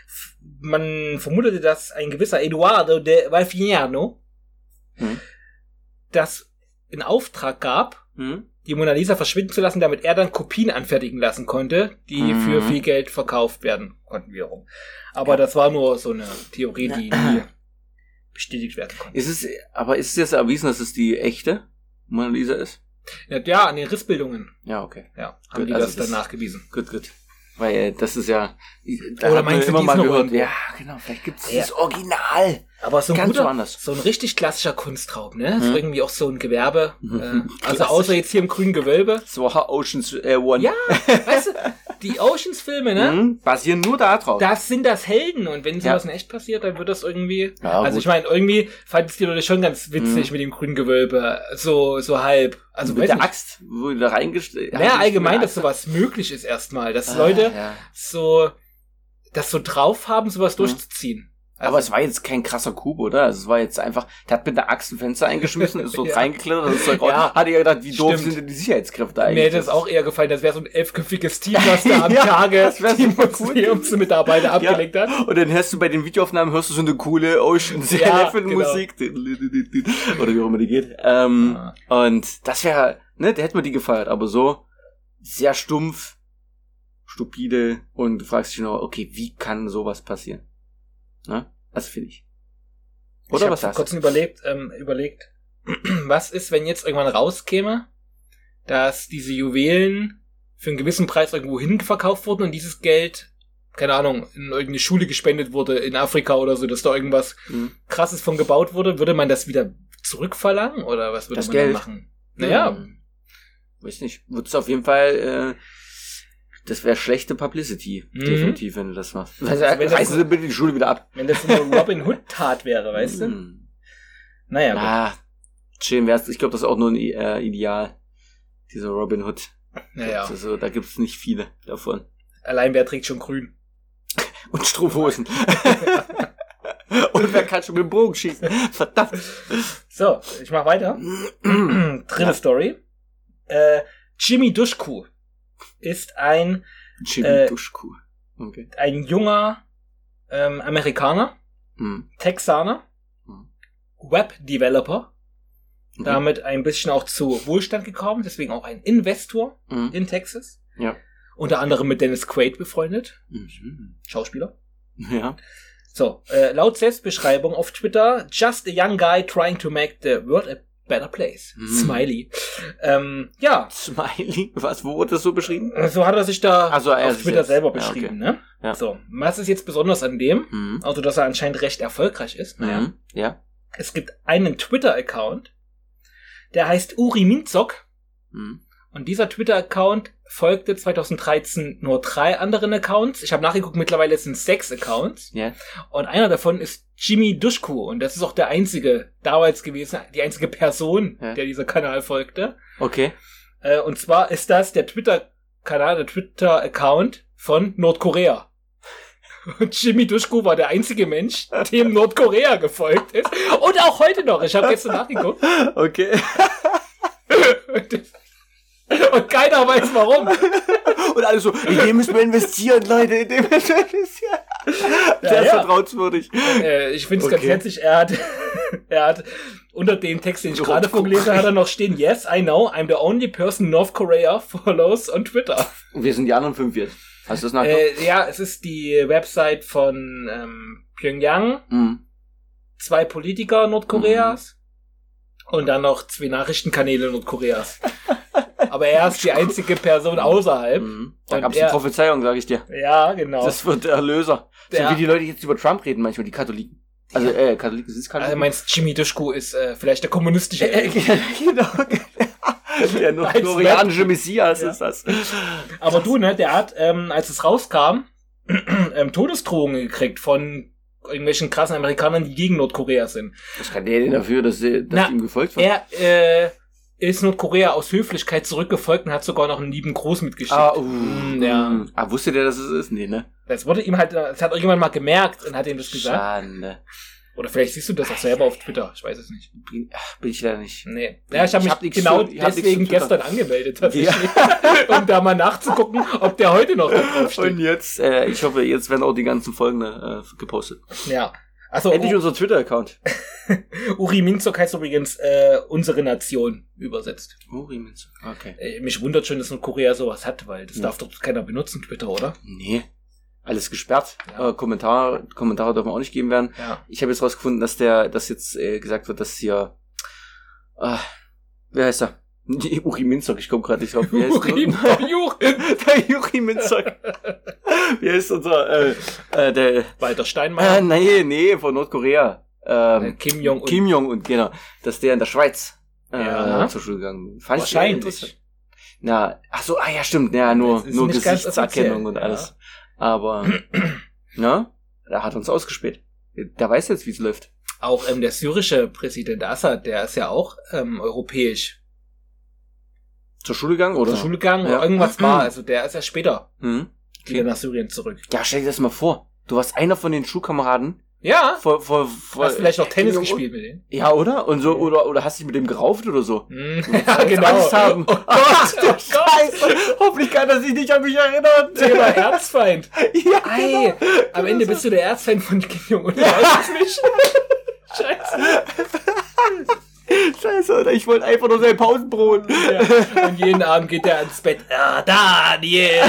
man vermutete, dass ein gewisser Eduardo de Valfiano hm. das in Auftrag gab, hm. die Mona Lisa verschwinden zu lassen, damit er dann Kopien anfertigen lassen konnte, die mhm. für viel Geld verkauft werden konnten wiederum. Aber ja. das war nur so eine Theorie, die nie bestätigt werden konnte. Ist es, aber ist es jetzt erwiesen, dass es die echte Mona Lisa ist? Ja, ja, an den Rissbildungen. Ja, okay. Ja, haben gut, die also das dann das nachgewiesen. Gut, gut. Weil das ist ja... Da Oder hat man meinst du, immer die mal ist noch gehört, irgendwo? ja, genau, vielleicht gibt es Ja. das Original. Aber so ein Ganz guter, woanders. so ein richtig klassischer Kunstraub, ne? Hm. Ist irgendwie auch so ein Gewerbe. Mhm. Äh, also außer jetzt hier im grünen Gewölbe. So war Oceans äh, One. Ja, weißt du, die Oceans-Filme, ne? Mhm, basieren nur da drauf. Das sind das Helden. Und wenn sowas Ja. in echt passiert, dann wird das irgendwie... Ja, also gut. ich meine, irgendwie fand es die Leute schon ganz witzig Mhm. mit dem grünen Gewölbe. So, so halb. Also mit weiß der nicht. Axt, wo die da reingestellt Naja, allgemein, dass sowas möglich ist erstmal. Dass ah, Leute ja. so das so drauf haben, sowas Mhm. durchzuziehen. Also, Aber es war jetzt kein krasser Coup, oder? Also es war jetzt einfach, der hat mit der Axt ein Fenster eingeschmissen, ist so Ja. reingeklettert, das ist so raus. Ja. Hat ja gedacht, wie doof Stimmt. sind denn die Sicherheitskräfte eigentlich? mir hätte es auch eher gefallen, das wäre so ein elfköpfiges Team, was da am Ja, Tage das wär die super cool. Museumsmitarbeiter abgelenkt hat. Und dann hörst du bei den Videoaufnahmen, hörst du so eine coole Ocean's Ja, Eleven Musik. Oder wie auch immer die geht. Ähm, Ah. Und das wäre, ne, da hätte man die gefeiert, aber so sehr stumpf, stupide und du fragst dich nur, okay, wie kann sowas passieren? Ne? Das finde ich. Oder ich was habe hast kurz du? überlegt, ähm, überlegt, was ist, wenn jetzt irgendwann rauskäme, dass diese Juwelen für einen gewissen Preis irgendwo hin verkauft wurden und dieses Geld, keine Ahnung, in irgendeine Schule gespendet wurde, in Afrika oder so, dass da irgendwas Mhm. Krasses von gebaut wurde, würde man das wieder zurückverlangen oder was würde Das man Geld? dann machen? Naja, Hm. Weiß nicht. Wird es auf jeden Fall, äh, das wäre schlechte Publicity. Mhm. Definitiv, wenn du das machst. Also, wenn das Reißen so- Sie bitte die Schule wieder ab. wenn das so eine Robin Hood-Tat wäre, weißt du? Hm. Naja, gut. Ah, schön wär's. Ich glaube, das ist auch nur ein äh, Ideal. Dieser Robin Hood. Naja. Also, da gibt's nicht viele davon. Allein wer trägt schon grün? Und Strumpfhosen. Und wer kann schon mit dem Bogen schießen? Verdammt. So, ich mach weiter. Dritte Ja. Story. Äh, Jimmy Dushku ist ein, Jimmy Äh, Duschkuh. Okay. ein junger ähm, Amerikaner, Hm. Texaner, Hm. Web-Developer, Mhm. damit ein bisschen auch zu Wohlstand gekommen, deswegen auch ein Investor Mhm. in Texas. Ja. Unter anderem mit Dennis Quaid befreundet, Mhm. Schauspieler. Ja. So, äh, laut Selbstbeschreibung auf Twitter, just a young guy trying to make the world a better place. Mhm. Smiley. Ähm, ja, Smiley? Was, wo wurde das so beschrieben? so hat er sich da Also, er auf ist Twitter jetzt- selber ja, beschrieben, okay. ne? Ja. So, was ist jetzt besonders an dem? Mhm. Also, dass er anscheinend recht erfolgreich ist. Naja. Mhm. Ja. Es gibt einen Twitter-Account, der heißt Uri Minzok. Mhm. Und dieser Twitter-Account folgte zweitausenddreizehn nur drei anderen Accounts. Ich habe nachgeguckt, mittlerweile sind es sechs Accounts. Ja. Und einer davon ist Jimmy Dushku. Und das ist auch der einzige, damals gewesen, die einzige Person, Ja. der dieser Kanal folgte. Okay. Äh, und zwar ist das der Twitter-Kanal, der Twitter-Account von Nordkorea. Und Jimmy Dushku war der einzige Mensch, dem Nordkorea gefolgt ist. Und auch heute noch. Ich habe gestern nachgeguckt. Okay. Und, und keiner weiß warum. Und alle so, in dem müssen wir investieren, Leute, in dem müssen wir investieren. Der Ja, ist ja. vertrauenswürdig. Äh, ich finde es ganz Okay. herzlich. Er hat, er hat unter dem Text, den ich gerade Nordkorea. vorgelesen habe, hat er noch stehen, yes, I know, I'm the only person North Korea follows on Twitter. Und wir sind die anderen fünf jetzt. Hast du das nachgeguckt? Äh, ja, es ist die Website von ähm, Pyongyang. Mhm. zwei Politiker Nordkoreas mhm. und dann noch zwei Nachrichtenkanäle Nordkoreas. Aber er ist die einzige Person außerhalb. Mhm. Da gab es eine Prophezeiung, sage ich dir. Ja, genau. Das wird der Erlöser. Der, so wie die Leute jetzt über Trump reden, manchmal die Katholiken. Also, äh, Katholiken sind es Katholiken. Also meinst Jimmy Dushku ist äh, vielleicht der kommunistische... Äh, genau. Der nordkoreanische Messias ja. ist das. Aber du, ne, der hat, ähm, als es rauskam, ähm, Todesdrohungen gekriegt von irgendwelchen krassen Amerikanern, die gegen Nordkorea sind. Was kann der denn dafür, dass, dass Na, ihm gefolgt wird? Er äh, ist Nordkorea aus Höflichkeit zurückgefolgt und hat sogar noch einen lieben Gruß mitgeschickt. Ah, uh, mm, ja. Ah, wusste der, dass es ist? Nee, ne? Das wurde ihm halt, das hat irgendjemand mal gemerkt und hat ihm das gesagt. Schade. Oder vielleicht siehst du das auch selber auf Twitter, ich weiß es nicht. Bin, ach, bin ich leider nicht. Nee. Ja, ich habe mich hab genau zu, deswegen gestern angemeldet, tatsächlich. Ja. Um da mal nachzugucken, ob der heute noch da drauf steht. Und jetzt, äh, ich hoffe, jetzt werden auch die ganzen Folgen äh, gepostet. Ja. Also, endlich unser Twitter-Account. Uri Minzok heißt übrigens äh, unsere Nation übersetzt. Uri Minzok, okay. Äh, mich wundert schon, dass Nordkorea sowas hat, weil das ja. darf doch keiner benutzen, Twitter, oder? Nee. Alles gesperrt. Ja. Äh, Kommentare, Kommentare dürfen auch nicht geben werden. Ja. Ich habe jetzt rausgefunden, dass der, dass jetzt äh, gesagt wird, dass hier, äh, wer heißt er? Uri Minzok, ich komme gerade nicht drauf. Wie heißt Uri, der Uri Minzok. Wie heißt unser, äh, äh, der... Walter Steinmeier? Äh, nee, nee, von Nordkorea. Ähm, Kim Jong-un. Kim Jong-un, genau. Dass der in der Schweiz äh, ja. zur Schule gegangen. Fand Wahrscheinlich. Ich Na, ach so, ah ja, stimmt. Ja, nur, nur Gesichtserkennung und alles. Ja. Aber, na, der hat uns ausgespäht. Der weiß jetzt, wie es läuft. Auch ähm, der syrische Präsident Assad, der ist ja auch ähm, europäisch. Zur Schule gegangen, oder? Zur Schule gegangen, ja. oder irgendwas war. Also der ist ja später mhm. wieder nach Syrien zurück. Ja, stell dir das mal vor. Du warst einer von den Schulkameraden. Ja. Vor, vor, vor, hast vielleicht noch Tennis gespielt mit denen? Ja, oder? Und so, oder, oder hast dich mit dem gerauft oder so? Mm, ja, genau. Angst haben. Oh Gott, oh Gott. Scheiße. Hoffentlich kann er sich nicht an mich erinnern. Thema Erzfeind. Ja, Ei, genau. Am Ende bist du der Erzfeind von Kim Jong-un. Ich weiß es nicht. Scheiße. Scheiße, oder? Ich wollte einfach nur sein Pausenbrot. Ja. Und jeden Abend geht er ans Bett. Ah, Daniel.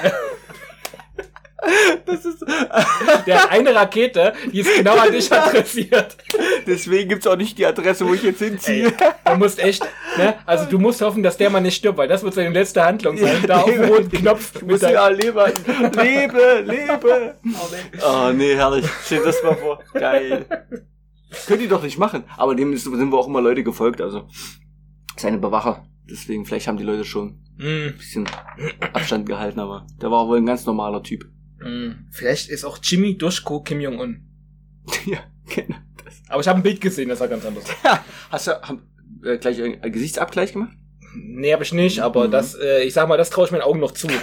Das ist der hat eine Rakete, die ist genau an dich adressiert. Deswegen gibt's auch nicht die Adresse, wo ich jetzt hinziehe. Ey, du musst echt, ne? Also du musst hoffen, dass der Mann nicht stirbt, weil das wird seine letzte Handlung sein. Da auf dem roten Knopf. Du musst ja leben. Lebe, lebe. Oh nee, herrlich. Stell dir das mal vor. Geil. Könnt ihr doch nicht machen. Aber dem sind wir auch immer Leute gefolgt, also seine Bewacher. Deswegen, vielleicht haben die Leute schon mm. ein bisschen Abstand gehalten, aber der war wohl ein ganz normaler Typ. Mm. Vielleicht ist auch Jimmy Dushku Kim Jong-un. Ja, genau. Das. Aber ich habe ein Bild gesehen, das war ganz anders. Hast du hab, äh, gleich einen Gesichtsabgleich gemacht? Nee, habe ich nicht, aber mhm. das, äh, ich sag mal, das traue ich meinen Augen noch zu.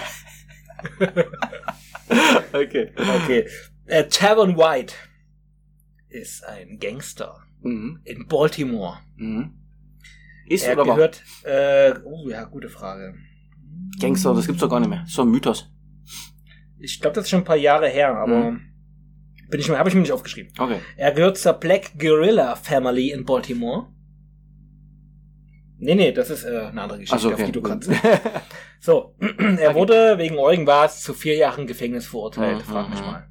Okay. Okay. Äh, Tavon White ist ein Gangster mhm. in Baltimore. Mhm. Ist er oder gehört, äh, oh ja, gute Frage. Gangster, das gibt's doch gar nicht mehr. So ein Mythos. Ich glaube, das ist schon ein paar Jahre her, aber mhm. bin ich mir, habe ich mir nicht aufgeschrieben. Okay. Er gehört zur Black Guerrilla Family in Baltimore. Nee, nee, das ist äh, eine andere Geschichte, so, okay. auf die du kannst. So, er okay. wurde wegen irgendwas zu vier Jahren Gefängnis verurteilt, mhm. frag mich mal.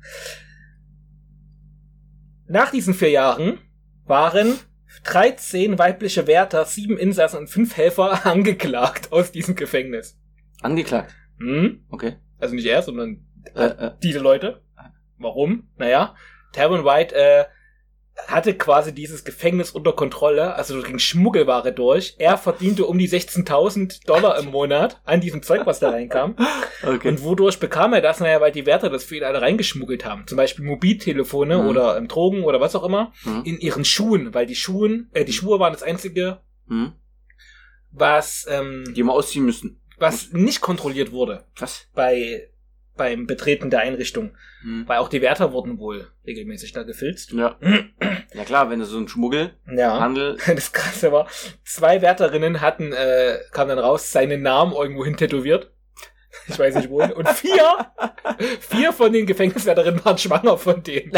Nach diesen vier Jahren waren dreizehn weibliche Wärter, sieben Insassen und fünf Helfer angeklagt aus diesem Gefängnis. Angeklagt? Hm? Okay. Also nicht er, sondern äh, äh. diese Leute. Warum? Naja, Tavon White äh, hatte quasi dieses Gefängnis unter Kontrolle, also da ging Schmuggelware durch. Er verdiente um die sechzehntausend Dollar im Monat an diesem Zeug, was da reinkam. Okay. Und wodurch bekam er das? Naja, weil die Wärter das für ihn alle reingeschmuggelt haben. Zum Beispiel Mobiltelefone mhm. oder ähm, Drogen oder was auch immer mhm. in ihren Schuhen, weil die Schuhen, äh, die Schuhe waren das einzige, mhm. was ähm, die immer ausziehen müssen. Was nicht kontrolliert wurde. Was? Bei beim Betreten der Einrichtung. Hm. Weil auch die Wärter wurden wohl regelmäßig da gefilzt. Ja. Ja klar, wenn du so ein Schmuggel, ja. Handel. Das Krasse war, zwei Wärterinnen hatten, äh, kam dann raus, seinen Namen irgendwo hin tätowiert. Ich weiß nicht wohin. Und vier, vier von den Gefängniswärterinnen waren schwanger von denen.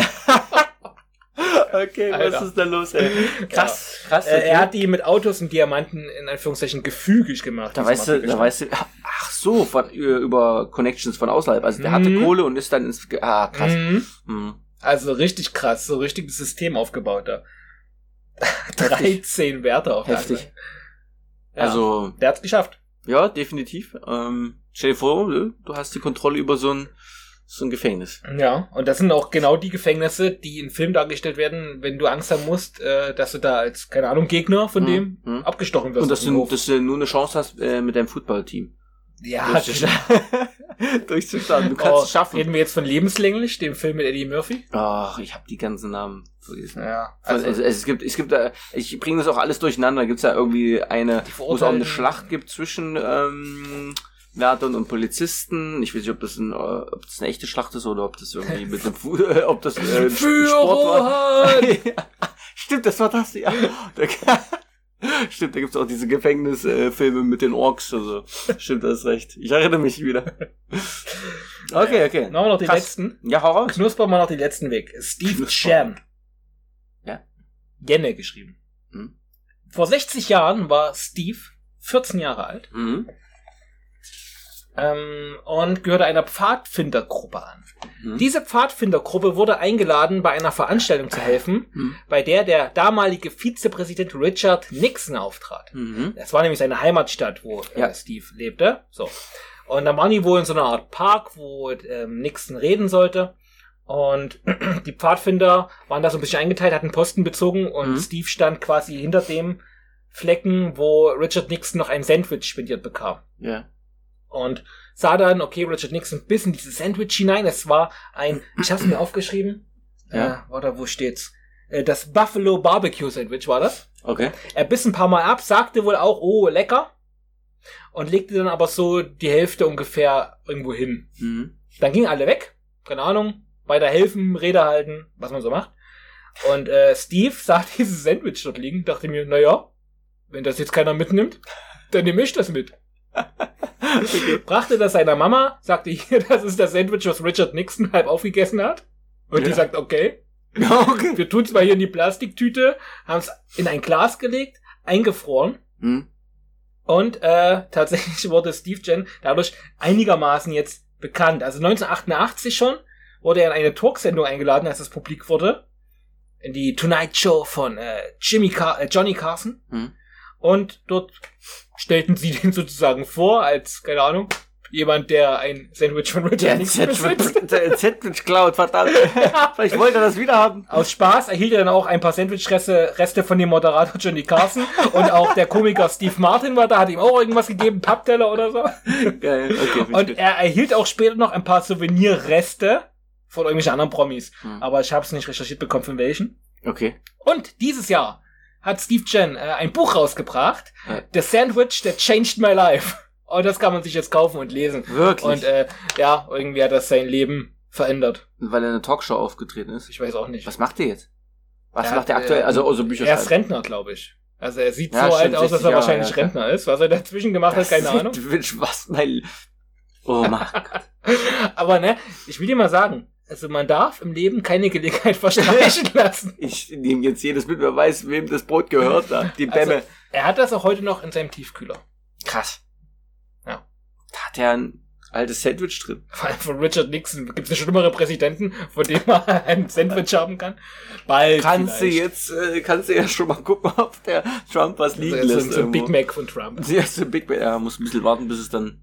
Okay, Alter. Was ist da los, ey? Krass, ja. krass. Okay. Äh, er hat die mit Autos und Diamanten in Anführungszeichen gefügig gemacht. Da weißt du, da weißt du, ach so, von, über Connections von außerhalb. Also der mhm. hatte Kohle und ist dann ins, ah, krass. Mhm. Mhm. Also richtig krass, so richtiges System aufgebaut da. dreizehn Werte auf Heftig. der ja, Also, der hat's geschafft. ja, definitiv. Ähm, stell dir vor, du hast die Kontrolle über so ein, so ein Gefängnis. Ja, und das sind auch genau die Gefängnisse, die in Filmen dargestellt werden, wenn du Angst haben musst, äh, dass du da als, keine Ahnung, Gegner von Mhm. dem Mhm. abgestochen wirst. Und dass auf dem du, Hof. dass du nur eine Chance hast äh, mit deinem Footballteam. ja, Durchzustarten. Durchzustarten. Du kannst oh, es schaffen. Reden wir jetzt von Lebenslänglich, dem Film mit Eddie Murphy? Ach, ich habe die ganzen Namen vergessen. Ja, Also, also, es, es gibt, es gibt da, ich bringe das auch alles durcheinander. Da gibt's ja irgendwie eine, wo es auch eine Verurteilten- Schlacht gibt zwischen ähm, Wärtern und Polizisten. Ich weiß nicht, ob das, ein, äh, ob das eine echte Schlacht ist oder ob das irgendwie mit dem Fu äh, ob das äh, ein Für Sport war. Rohan! Ja, stimmt, das war das, ja. Da- Stimmt, da gibt's auch diese Gefängnisfilme mit den Orks. Also, stimmt, das ist recht. Ich erinnere mich wieder. Okay, okay. Machen wir noch die Krass. letzten. Ja, hau raus. Knusper mal noch die letzten weg. Steve Knusper. Chan. Ja. Jenne geschrieben. Hm. Vor sechzig Jahren war Steve vierzehn Jahre alt Mhm. ähm, und gehörte einer Pfadfindergruppe an. Mhm. Diese Pfadfindergruppe wurde eingeladen, bei einer Veranstaltung zu helfen, Mhm. bei der der damalige Vizepräsident Richard Nixon auftrat. Mhm. Das war nämlich seine Heimatstadt, wo Ja. äh, Steve lebte. So. Und dann waren die wohl in so einer Art Park, wo ähm, Nixon reden sollte. Und die Pfadfinder waren da so ein bisschen eingeteilt, hatten Posten bezogen und Mhm. Steve stand quasi hinter dem Flecken, wo Richard Nixon noch ein Sandwich spendiert bekam. Ja. Und sah dann, okay, Richard Nixon biss in dieses Sandwich hinein. Es war ein, ich hab's mir aufgeschrieben. Ja. Äh, warte, wo steht's? Äh, das Buffalo Barbecue Sandwich war das. Okay. Er biss ein paar Mal ab, sagte wohl auch, oh, lecker. Und legte dann aber so die Hälfte ungefähr irgendwo hin. Mhm. Dann gingen alle weg. Keine Ahnung. Weiter helfen, Rede halten, was man so macht. Und äh, Steve sah dieses Sandwich dort liegen, dachte mir, naja, wenn das jetzt keiner mitnimmt, dann nehme ich das mit. Okay. Brachte das seiner Mama, sagte hier, das ist das Sandwich, was Richard Nixon halb aufgegessen hat. Und Ja. die sagt, okay, Okay. wir tun's mal hier in die Plastiktüte, haben es in ein Glas gelegt, eingefroren. Mhm. Und äh, tatsächlich wurde Steve Chan dadurch einigermaßen jetzt bekannt. Also neunzehnhundertachtundachtzig schon wurde er in eine Talksendung eingeladen, als es publik wurde. In die Tonight Show von äh, Jimmy Car äh, Johnny Carson. Mhm. Und dort stellten sie den sozusagen vor, als, keine Ahnung, jemand, der ein Sandwich von Richard Der Nixon besitzt. Sandwich, der Sandwich klaut, verdammt. Vielleicht wollte er das wieder haben. Aus Spaß erhielt er dann auch ein paar Sandwich-Reste Reste von dem Moderator Johnny Carson. Und auch der Komiker Steve Martin war da, hat ihm auch irgendwas gegeben, Pappteller oder so. Geil, okay. Und er erhielt auch später noch ein paar Souvenirreste von irgendwelchen anderen Promis. Hm. Aber ich habe es nicht recherchiert bekommen, von welchen. Okay. Und dieses Jahr hat Steve Chan äh, ein Buch rausgebracht. Ja. The Sandwich That Changed My Life. Und das kann man sich jetzt kaufen und lesen. Wirklich? Und äh, ja, irgendwie hat das sein Leben verändert. Weil er in einer Talkshow aufgetreten ist. Ich weiß auch nicht. Was macht er jetzt? Was Er macht er hat, aktuell? äh, Also, also Bücher Er ist schreiben. Rentner, glaube ich. Also er sieht Ja, so stimmt, alt aus, dass sechzig er Jahre, wahrscheinlich ja, klar. Rentner ist. Was er dazwischen gemacht hat, keine Ahnung. Sandwich, was mein... Oh mein Gott. Aber ne, ich will dir mal sagen, also man darf im Leben keine Gelegenheit verstreichen lassen. Ich nehme jetzt jedes mit, wer weiß, wem das Brot gehört. Da. Die Also, Bämme. er hat das auch heute noch in seinem Tiefkühler. Krass. Ja. Da hat er ein altes Sandwich drin. Vor allem von Richard Nixon. Gibt es eine schlimmere Präsidenten, von dem man ein Sandwich haben kann? Bald Kannst du vielleicht. jetzt, äh, kannst du ja schon mal gucken, ob der Trump was liegen Also, lässt. so ein Big irgendwo. Mac von Trump. Ja, so ein Big Mac. Ja, muss ein bisschen warten, bis es dann,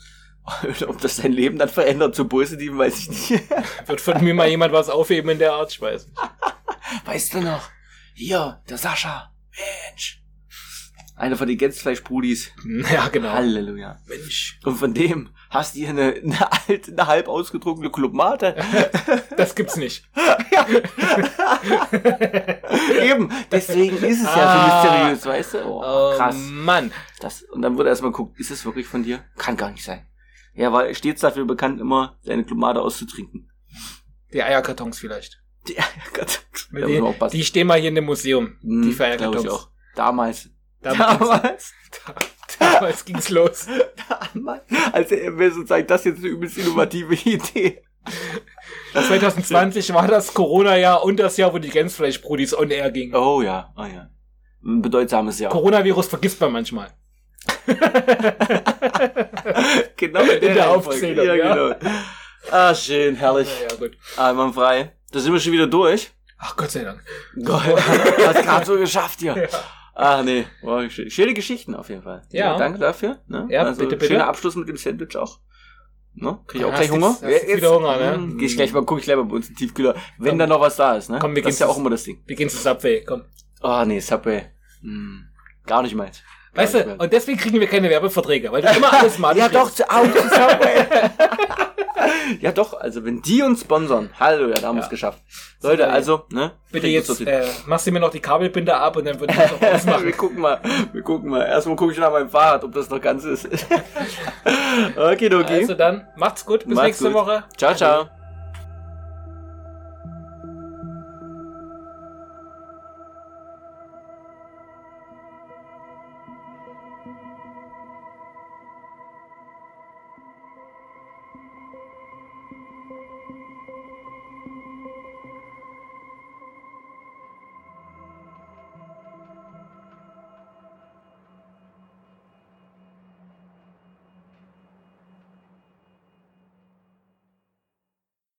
ob das sein Leben dann verändert zu Positiven, weiß ich nicht. Wird von mir mal jemand was aufheben in der Art, ich weiß nicht. Weißt du noch? Hier, der Sascha. Mensch. Einer von den Gänsfleisch-Brudis. Ja, genau. Halleluja. Mensch. Und von dem hast du hier eine, eine alte, eine halb ausgetrunkene Clubmate. Das gibt's nicht. Eben, deswegen ist es ja Ah. so mysteriös, weißt du? Oh, Oh, krass. Mann. Das, und dann wurde erstmal gucken, ist es wirklich von dir? Kann gar nicht sein. Er war stets dafür bekannt, immer seine Clubmate auszutrinken. Die Eierkartons vielleicht. Die Eierkartons. Die, Da muss man aufpassen. die stehen mal hier in dem Museum. Hm, die für glaub Eierkartons. ich auch. Damals. Damals, Damals. damals ging's los. Damals. Also, er wäre sozusagen, das jetzt eine übelst innovative Idee. zwanzig zwanzig war das Corona-Jahr und das Jahr, wo die Gänsfleisch-Brudis on air gingen. Oh ja, oh ja. Ein bedeutsames Jahr. Coronavirus vergisst man manchmal. Genau in der, In der Reihenfolge. Aufzählung, Ja, ja. genau. Ah, schön, herrlich. Ja, ja, gut. Einmal frei. Da sind wir schon wieder durch. Ach, Gott sei Dank. Gott, hast gerade so geschafft hier. Ja. Ach nee, wow, schöne Geschichten auf jeden Fall. Ja. ja danke dafür. Ne? Ja, also, bitte, bitte. Schöner Abschluss mit dem Sandwich auch. Ne? Krieg ich auch Ah, gleich hast Hunger? Jetzt, hast jetzt, jetzt wieder Hunger, ne? Mh, geh ich gleich mal, guck ich gleich mal bei uns im Tiefkühler, wenn Komm. da noch was da ist, ne? Komm, wir das ist ja gehen auch immer das Ding. Wir gehen zu Subway, komm. Oh nee, Subway. Hm, gar nicht meins. Gar Weißt nicht du, meins. und deswegen kriegen wir keine Werbeverträge, weil du immer alles mal Ja doch, zu, auch zu Subway. Ja doch, also wenn die uns sponsern, hallo, ja, da haben wir es Ja. geschafft. Leute, also, ne? Bitte jetzt, äh, machst du mir noch die Kabelbinder ab und dann würde ich das auch ausmachen. Wir gucken mal, wir gucken mal. Erstmal gucke ich nach meinem Fahrrad, ob das noch ganz ist. Okay, okay. Also dann, macht's gut, bis Macht's nächste gut. Woche. Ciao, ciao.